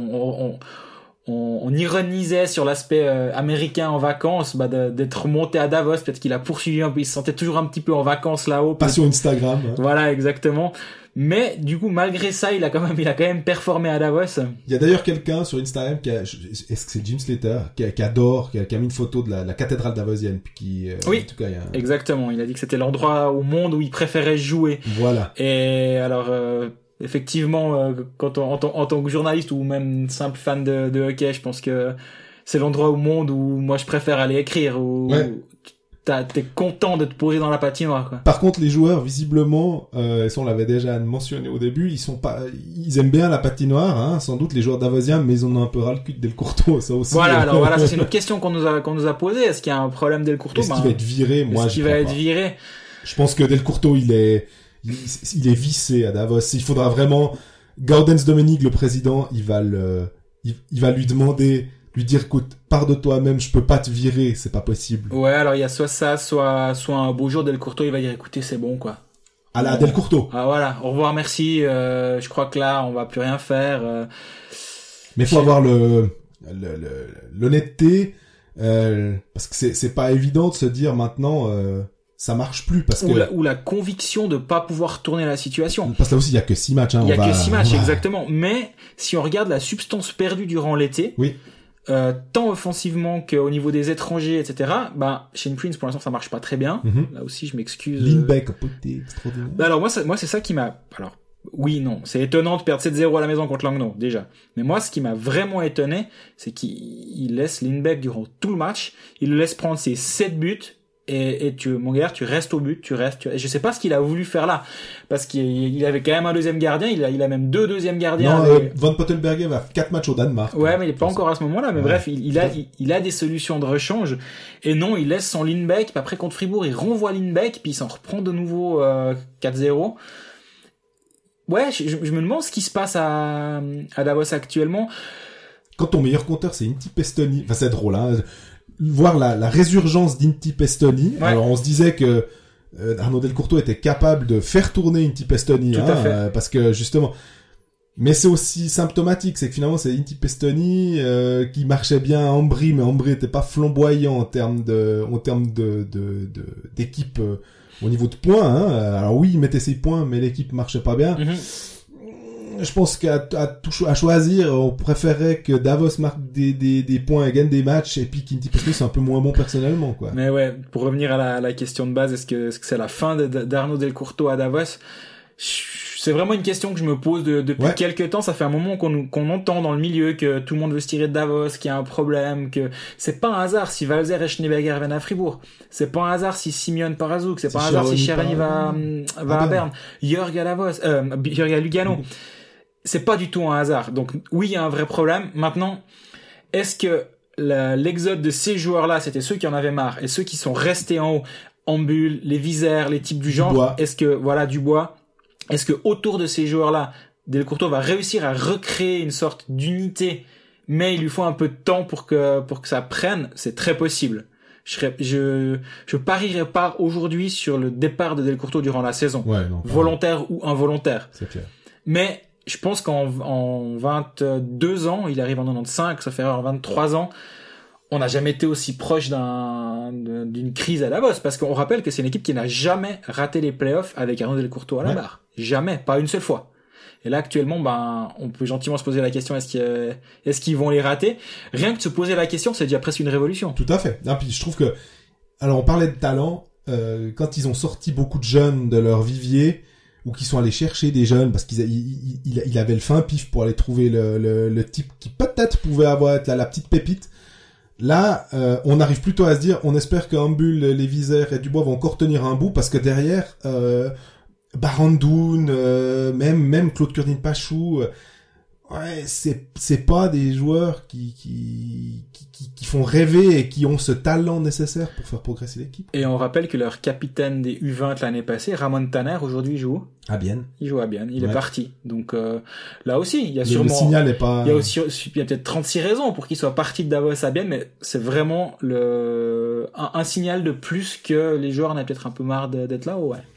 [SPEAKER 3] on ironisait sur l'aspect américain en vacances, d'être monté à Davos, peut-être qu'il a poursuivi un peu, il se sentait toujours un petit peu en vacances là-haut.
[SPEAKER 2] Pas sur Instagram. Hein.
[SPEAKER 3] Voilà, exactement. Mais du coup, malgré ça, il a quand même performé à Davos.
[SPEAKER 2] Il y a d'ailleurs quelqu'un sur Instagram est-ce que c'est Jim Slater, qui adore, qui a mis une photo de la cathédrale davosienne, puis
[SPEAKER 3] oui,
[SPEAKER 2] en tout cas,
[SPEAKER 3] exactement. Il a dit que c'était l'endroit au monde où il préférait jouer.
[SPEAKER 2] Voilà.
[SPEAKER 3] Et alors. Effectivement, en tant que journaliste ou même simple fan de hockey, je pense que c'est l'endroit au monde où moi je préfère aller écrire, où t'es content de te poser dans la patinoire, quoi.
[SPEAKER 2] Par contre, les joueurs, visiblement, et ça on l'avait déjà mentionné au début, ils aiment bien la patinoire, hein, sans doute les joueurs davosiens, mais ils en ont un peu ras le cul de Delcourteau, ça aussi.
[SPEAKER 3] Voilà, alors ça c'est une autre question qu'on nous a posée. Est-ce qu'il y a un problème Delcourteau?
[SPEAKER 2] Est-ce qu'il va être viré? Moi, je
[SPEAKER 3] va être viré?
[SPEAKER 2] Je pense que Delcourteau, il est vissé à Davos. Il faudra vraiment, Gaudens Dominique, le président, il va lui demander, lui dire, écoute, pars de toi-même, je peux pas te virer, c'est pas possible.
[SPEAKER 3] Ouais, alors il y a soit ça, soit un beau jour, Delcourteau, il va dire, écoutez, c'est bon, quoi.
[SPEAKER 2] À la Delcourteau.
[SPEAKER 3] Ah, voilà. Au revoir, merci, je crois que là, on va plus rien faire,
[SPEAKER 2] Mais faut avoir l'honnêteté, parce que c'est pas évident de se dire maintenant, ça marche plus parce que
[SPEAKER 3] ou la conviction de pas pouvoir tourner la situation.
[SPEAKER 2] Parce que là aussi il y a que 6 matchs, hein.
[SPEAKER 3] Il y a que 6 matchs, exactement. Mais si on regarde la substance perdue durant l'été,
[SPEAKER 2] oui.
[SPEAKER 3] Tant offensivement qu'au niveau des étrangers, etc. Shane Prince pour l'instant ça marche pas très bien. Là aussi je m'excuse.
[SPEAKER 2] Lindbeck, extraordinaire.
[SPEAKER 3] Alors moi c'est ça qui m'a. Alors oui, non, c'est étonnant de perdre 7-0 à la maison contre Langnau déjà. Mais moi ce qui m'a vraiment étonné, c'est qu'il laisse Lindbeck durant tout le match, il le laisse prendre ses 7 buts. Et mon gars, tu restes au but, je sais pas ce qu'il a voulu faire là. Parce qu'il avait quand même un deuxième gardien, il a même 2 deuxièmes gardiens.
[SPEAKER 2] Non, Van Pottelberger va 4 matchs au Danemark.
[SPEAKER 3] Ouais, mais il est pas encore à ce moment-là, mais bref, il a des solutions de rechange. Et non, il laisse son Lindbeck, puis après contre Fribourg, il renvoie Lindbeck, puis il s'en reprend de nouveau, 4-0. Ouais, je me demande ce qui se passe à Davos actuellement.
[SPEAKER 2] Quand ton meilleur compteur, c'est Inti Pestoni, enfin, c'est drôle, hein. Voir la résurgence d'Inti Pestoni. Ouais. Alors on se disait que Arnaud Delcourteau était capable de faire tourner Inti Pestoni, parce que justement Mais c'est aussi symptomatique, c'est que finalement c'est Inti Pestoni qui marchait bien à Ambry, mais Ambry était pas flamboyant en termes d'équipe au niveau de points. Hein. Alors oui, il mettait ses points, mais l'équipe marchait pas bien. Je pense qu'à choisir, on préférerait que Davos marque des points et gagne des matchs, et puis qu'Inti Pestoni soit un peu moins bon personnellement, quoi.
[SPEAKER 3] Mais ouais, pour revenir à la question de base, est-ce que c'est la fin d'Arnaud Delcourteau à Davos? C'est vraiment une question que je me pose depuis quelques temps. Ça fait un moment qu'on entend dans le milieu que tout le monde veut se tirer de Davos, qu'il y a un problème, que c'est pas un hasard si Walzer et Schneeberger viennent à Fribourg. C'est pas un hasard si Simeon part à Zug. C'est pas un hasard si Cherny va à Berne. Jörg à Davos, Jörg à Lugano. C'est pas du tout un hasard. Donc oui, il y a un vrai problème. Maintenant, est-ce que l'exode de ces joueurs-là, c'était ceux qui en avaient marre, et ceux qui sont restés en haut, Ambul, les Visères, les types du genre,
[SPEAKER 2] Dubois.
[SPEAKER 3] Est-ce que Dubois, est-ce que autour de ces joueurs-là, Delcourteau va réussir à recréer une sorte d'unité, mais il lui faut un peu de temps pour que ça prenne? C'est très possible. Je parierais pas aujourd'hui sur le départ de Delcourteau durant la saison. Volontaire ou involontaire.
[SPEAKER 2] C'est clair.
[SPEAKER 3] Mais je pense qu'en 22 ans, il arrive en 95, ça fait 23 ans, on n'a jamais été aussi proche d'une crise à Davos, parce qu'on rappelle que c'est une équipe qui n'a jamais raté les playoffs avec Arnaud Delcourteau à la barre. Jamais, pas une seule fois. Et là, actuellement, on peut gentiment se poser la question, est-ce qu'ils vont les rater? Rien que de se poser la question, c'est déjà presque une révolution.
[SPEAKER 2] Tout à fait. Puis je trouve que, alors on parlait de talent, quand ils ont sorti beaucoup de jeunes de leur vivier, ou qu'ils sont allés chercher des jeunes, parce qu'il avait le fin pif pour aller trouver le type qui peut-être pouvait être la petite pépite. Là, on arrive plutôt à se dire, on espère que Ambul, les Visères et Dubois vont encore tenir un bout, parce que derrière, Barandoun, même Claude Kurdin-Pachou, c'est pas des joueurs qui font rêver et qui ont ce talent nécessaire pour faire progresser l'équipe.
[SPEAKER 3] Et on rappelle que leur capitaine des U20 l'année passée, Ramon Tanner, aujourd'hui joue
[SPEAKER 2] à Bienne.
[SPEAKER 3] Il joue à Bienne, il est parti. Donc là aussi, il y a sûrement
[SPEAKER 2] le signal est pas.
[SPEAKER 3] Il y a peut-être 36 raisons pour qu'il soit parti de Davos à Bienne, mais c'est vraiment un signal de plus que les joueurs en ont peut-être un peu marre d'être là-haut, ouais.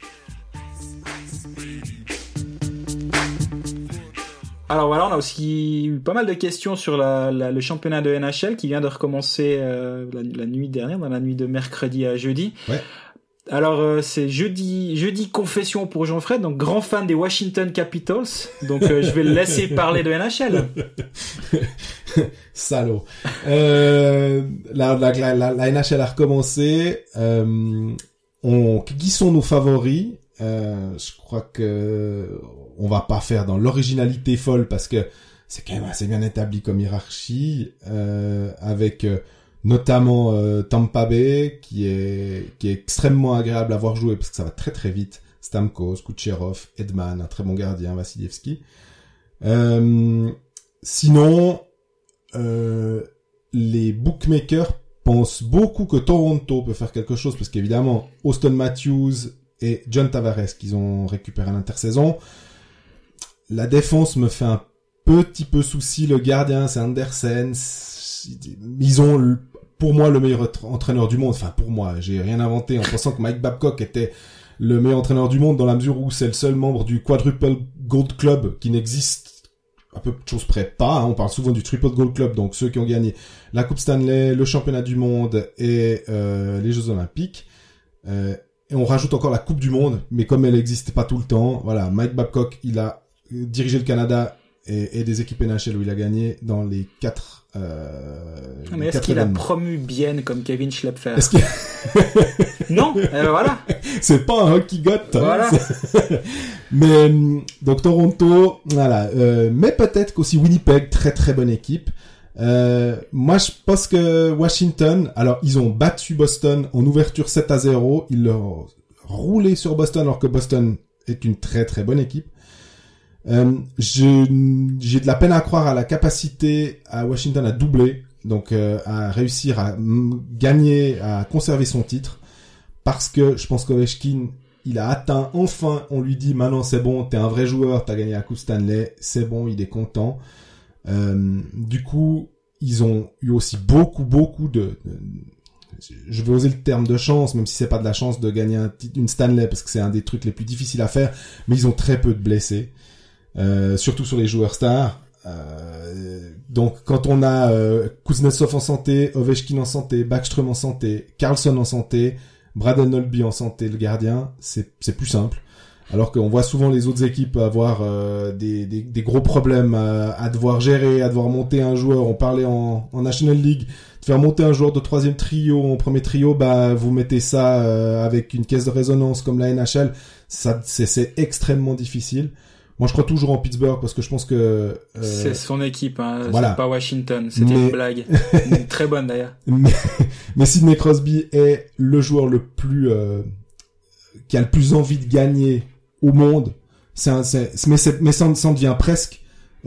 [SPEAKER 3] Alors voilà, on a aussi eu pas mal de questions sur le championnat de NHL qui vient de recommencer la nuit dernière, dans la nuit de mercredi à jeudi.
[SPEAKER 2] Ouais.
[SPEAKER 3] Alors c'est jeudi confession pour Jean-Fred, donc grand fan des Washington Capitals, donc je vais le laisser parler de NHL.
[SPEAKER 2] Salaud. La NHL a recommencé. Qui sont nos favoris? Je crois que on va pas faire dans l'originalité folle parce que c'est quand même assez bien établi comme hiérarchie, avec notamment Tampa Bay qui est extrêmement agréable à voir jouer parce que ça va très très vite. Stamkos, Kucherov, Edman, un très bon gardien, Vassilievski. Sinon, les bookmakers pensent beaucoup que Toronto peut faire quelque chose parce qu'évidemment Auston Matthews et John Tavares qu'ils ont récupéré à l'intersaison. La défense me fait un petit peu souci. Le gardien, c'est Andersen. Ils ont, pour moi, le meilleur entraîneur du monde. Enfin, pour moi, j'ai rien inventé en pensant que Mike Babcock était le meilleur entraîneur du monde dans la mesure où c'est le seul membre du Quadruple Gold Club qui n'existe à peu de choses près pas. Hein. On parle souvent du Triple Gold Club, donc ceux qui ont gagné la Coupe Stanley, le Championnat du Monde et les Jeux Olympiques. Et on rajoute encore la Coupe du Monde, mais comme elle n'existe pas tout le temps, voilà, Mike Babcock, il a dirigé le Canada et des équipes NHL où il a gagné dans les 4
[SPEAKER 3] mais est-ce qu'il a promu Bienne comme Kevin Schlepfer? Non, voilà.
[SPEAKER 2] C'est pas un hockey got.
[SPEAKER 3] Voilà.
[SPEAKER 2] Mais donc Toronto, voilà. Mais peut-être qu'aussi Winnipeg, très très bonne équipe. Moi je pense que Washington, alors ils ont battu Boston en ouverture 7-0, ils l'ont roulé sur Boston alors que Boston est une très très bonne équipe. J'ai de la peine à croire à la capacité à Washington à doubler, donc à réussir à gagner, à conserver son titre, parce que je pense qu'Ovechkin, il a atteint enfin, on lui dit maintenant c'est bon, t'es un vrai joueur, t'as gagné la Coupe Stanley, c'est bon, il est content. Du coup, ils ont eu aussi beaucoup de je vais oser le terme de chance, même si c'est pas de la chance de gagner une Stanley, parce que c'est un des trucs les plus difficiles à faire, mais ils ont très peu de blessés. surtout sur les joueurs stars. Donc quand on a Kuznetsov en santé, Ovechkin en santé, Backstrom en santé, Karlsson en santé, Braden Holtby en santé, le gardien, c'est plus simple. Alors qu'on voit souvent les autres équipes avoir des gros problèmes à devoir gérer, à devoir monter un joueur. On parlait en National League, de faire monter un joueur de troisième trio en premier trio, vous mettez ça avec une caisse de résonance comme la NHL, ça c'est extrêmement difficile. Moi, je crois toujours en Pittsburgh parce que je pense que
[SPEAKER 3] c'est son équipe, hein.
[SPEAKER 2] Voilà.
[SPEAKER 3] C'est pas Washington. C'était une blague, une très bonne d'ailleurs.
[SPEAKER 2] Mais Sidney Crosby est le joueur le plus qui a le plus envie de gagner au monde. Mais ça en devient presque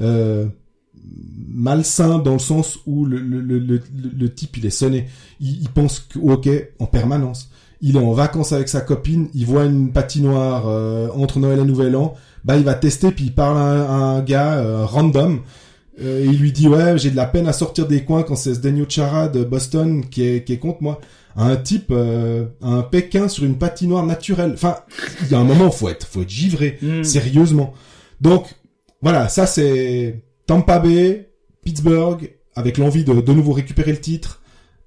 [SPEAKER 2] malsain dans le sens où le type il est sonné. Il pense au hockey en permanence. Il est en vacances avec sa copine, il voit une patinoire entre Noël et Nouvel An. Il va tester, puis il parle à un gars random, et il lui dit ouais, j'ai de la peine à sortir des coins quand c'est Zdeno Chara de Boston qui est contre moi. Un type, un Pékin sur une patinoire naturelle. Enfin, il y a un moment, faut être givré, sérieusement. Donc voilà, ça c'est Tampa Bay, Pittsburgh, avec l'envie de nouveau récupérer le titre,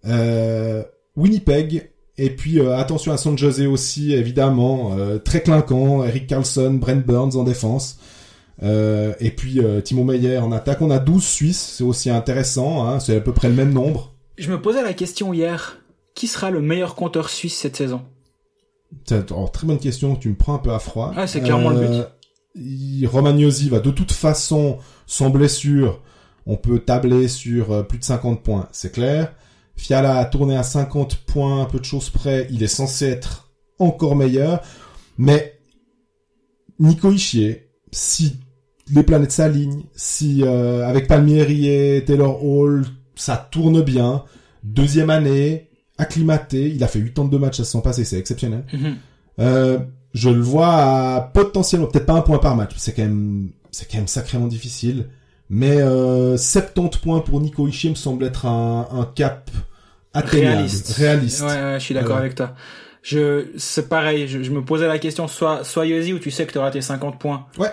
[SPEAKER 2] Winnipeg. Et puis attention à San Jose aussi, évidemment, très clinquant, Erik Karlsson, Brent Burns en défense, et puis Timo Meier en attaque. On a 12 Suisses, c'est aussi intéressant, hein, c'est à peu près le même nombre.
[SPEAKER 3] Je me posais la question hier, qui sera le meilleur compteur suisse cette saison?
[SPEAKER 2] Alors, très bonne question, tu me prends un peu à froid.
[SPEAKER 3] Ah, c'est clairement le but.
[SPEAKER 2] Romagnosi va de toute façon, sans blessure, on peut tabler sur plus de 50 points, c'est clair. Fiala a tourné à 50 points, un peu de choses près. Il est censé être encore meilleur. Mais Nico Hischier, si les planètes s'alignent, si avec Palmieri et Taylor Hall, ça tourne bien, deuxième année, acclimaté, il a fait 82 matchs à son passé, c'est exceptionnel. Je le vois à potentiellement, peut-être pas un point par match, c'est quand même sacrément difficile. Mais 70 points pour Nico Hischier me semble être un cap atteignable, réaliste.
[SPEAKER 3] Ouais, je suis d'accord avec toi. C'est pareil, je me posais la question, soit Yossi où tu sais que tu auras tes 50 points.
[SPEAKER 2] Ouais.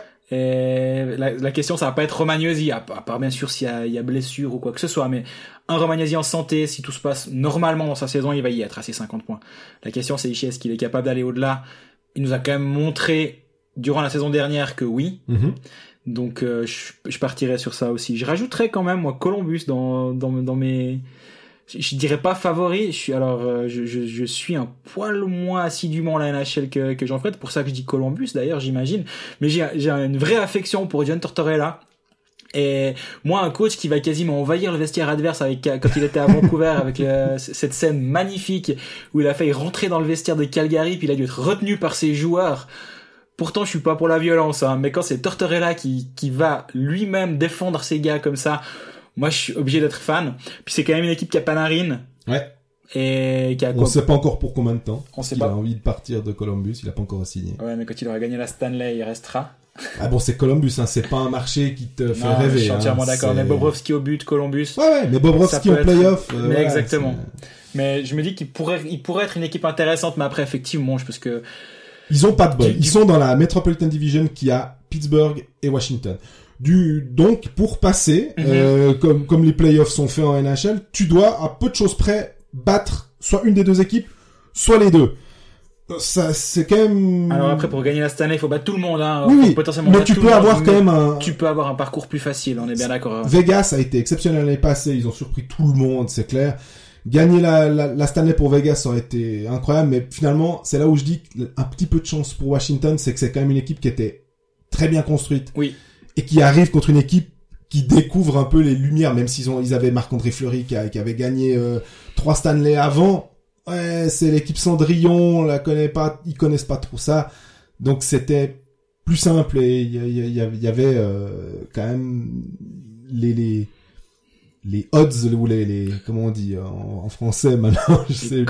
[SPEAKER 3] Et la question, ça va pas être Romagnosi, à part bien sûr s'il y a blessure ou quoi que ce soit, mais un Romagnosi en santé, si tout se passe normalement dans sa saison, il va y être à ses 50 points. La question, c'est est-ce qu'il est capable d'aller au-delà? Il nous a quand même montré durant la saison dernière que oui. Donc je partirais sur ça aussi. Je rajouterais quand même moi Columbus dans mes, je dirais pas favori. Je suis un poil moins assidûment la NHL que Jean-Fred. Pour ça que je dis Columbus d'ailleurs, j'imagine. Mais j'ai une vraie affection pour John Tortorella. Et moi, un coach qui va quasiment envahir le vestiaire adverse quand il était à Vancouver avec cette scène magnifique où il a failli rentrer dans le vestiaire de Calgary puis il a dû être retenu par ses joueurs. Pourtant, je suis pas pour la violence, hein, mais quand c'est Tortorella qui va lui-même défendre ses gars comme ça, moi, je suis obligé d'être fan. Puis c'est quand même une équipe qui a Panarin. Ouais. Et qui a quoi?
[SPEAKER 2] On sait pas encore pour combien de temps.
[SPEAKER 3] On sait
[SPEAKER 2] pas.
[SPEAKER 3] pas.
[SPEAKER 2] Il a envie de partir de Columbus, il a pas encore signé.
[SPEAKER 3] Ouais, mais quand il aura gagné la Stanley, il restera.
[SPEAKER 2] Ah bon, c'est Columbus, hein, c'est pas un marché qui te fait rêver.
[SPEAKER 3] Je suis entièrement d'accord. Mais Bobrovski au but, Columbus.
[SPEAKER 2] Ouais, mais Bobrovski en playoff.
[SPEAKER 3] Mais voilà, exactement. Mais je me dis qu'il pourrait être une équipe intéressante, mais après, effectivement, je pense que
[SPEAKER 2] ils ont pas de bol. Ils sont dans la Metropolitan Division qui a Pittsburgh et Washington. Donc, pour passer, comme les playoffs sont faits en NHL, tu dois, à peu de choses près, battre soit une des deux équipes, soit les deux. Ça, c'est quand même...
[SPEAKER 3] Alors après, pour gagner la Stanley, il faut battre tout le monde, hein.
[SPEAKER 2] Oui,
[SPEAKER 3] potentiellement
[SPEAKER 2] mais tu peux avoir quand même
[SPEAKER 3] tu peux avoir un parcours plus facile, on est bien d'accord.
[SPEAKER 2] Vegas a été exceptionnel l'année passée, ils ont surpris tout le monde, c'est clair. Gagner la Stanley pour Vegas aurait été incroyable, mais finalement, c'est là où je dis un petit peu de chance pour Washington, c'est que c'est quand même une équipe qui était très bien construite.
[SPEAKER 3] Oui.
[SPEAKER 2] Et qui arrive contre une équipe qui découvre un peu les lumières, même ils avaient Marc-André Fleury qui avait gagné 3 Stanley avant. Ouais, c'est l'équipe Cendrillon, on la connaît pas, ils connaissent pas trop ça. Donc c'était plus simple et il y avait quand même les odds ou les comment on dit en français maintenant, je sais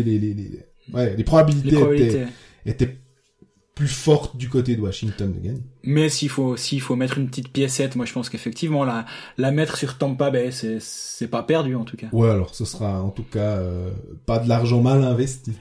[SPEAKER 2] les probabilités étaient plus forte du côté de Washington de gagner.
[SPEAKER 3] Mais s'il faut mettre une petite piécette, moi je pense qu'effectivement la mettre sur Tampa Bay, c'est pas perdu en tout cas.
[SPEAKER 2] Ouais, alors ce sera en tout cas pas de l'argent mal investi.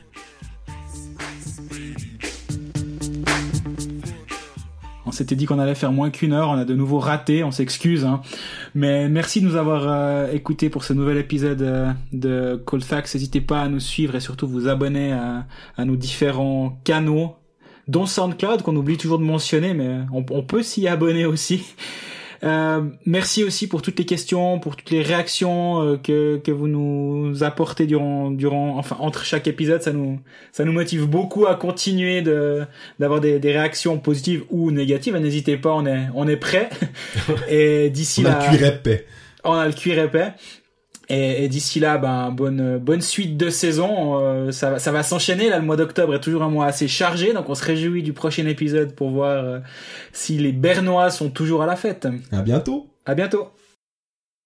[SPEAKER 3] s'était dit qu'on allait faire moins qu'1 heure, on a de nouveau raté, on s'excuse, hein. Mais merci de nous avoir écoutés pour ce nouvel épisode de Cold Facts. N'hésitez pas à nous suivre et surtout vous abonner à nos différents canaux, dont SoundCloud qu'on oublie toujours de mentionner, mais on peut s'y abonner aussi. Merci aussi pour toutes les questions, pour toutes les réactions que vous nous apportez entre chaque épisode. Ça nous motive beaucoup à continuer d'avoir des réactions positives ou négatives. N'hésitez pas, on est prêt. Et d'ici là, on a le cuir épais. Et d'ici là, bonne suite de saison. Ça va s'enchaîner. Là, le mois d'octobre est toujours un mois assez chargé, donc on se réjouit du prochain épisode pour voir si les Bernois sont toujours à la fête.
[SPEAKER 2] À bientôt.
[SPEAKER 3] À bientôt.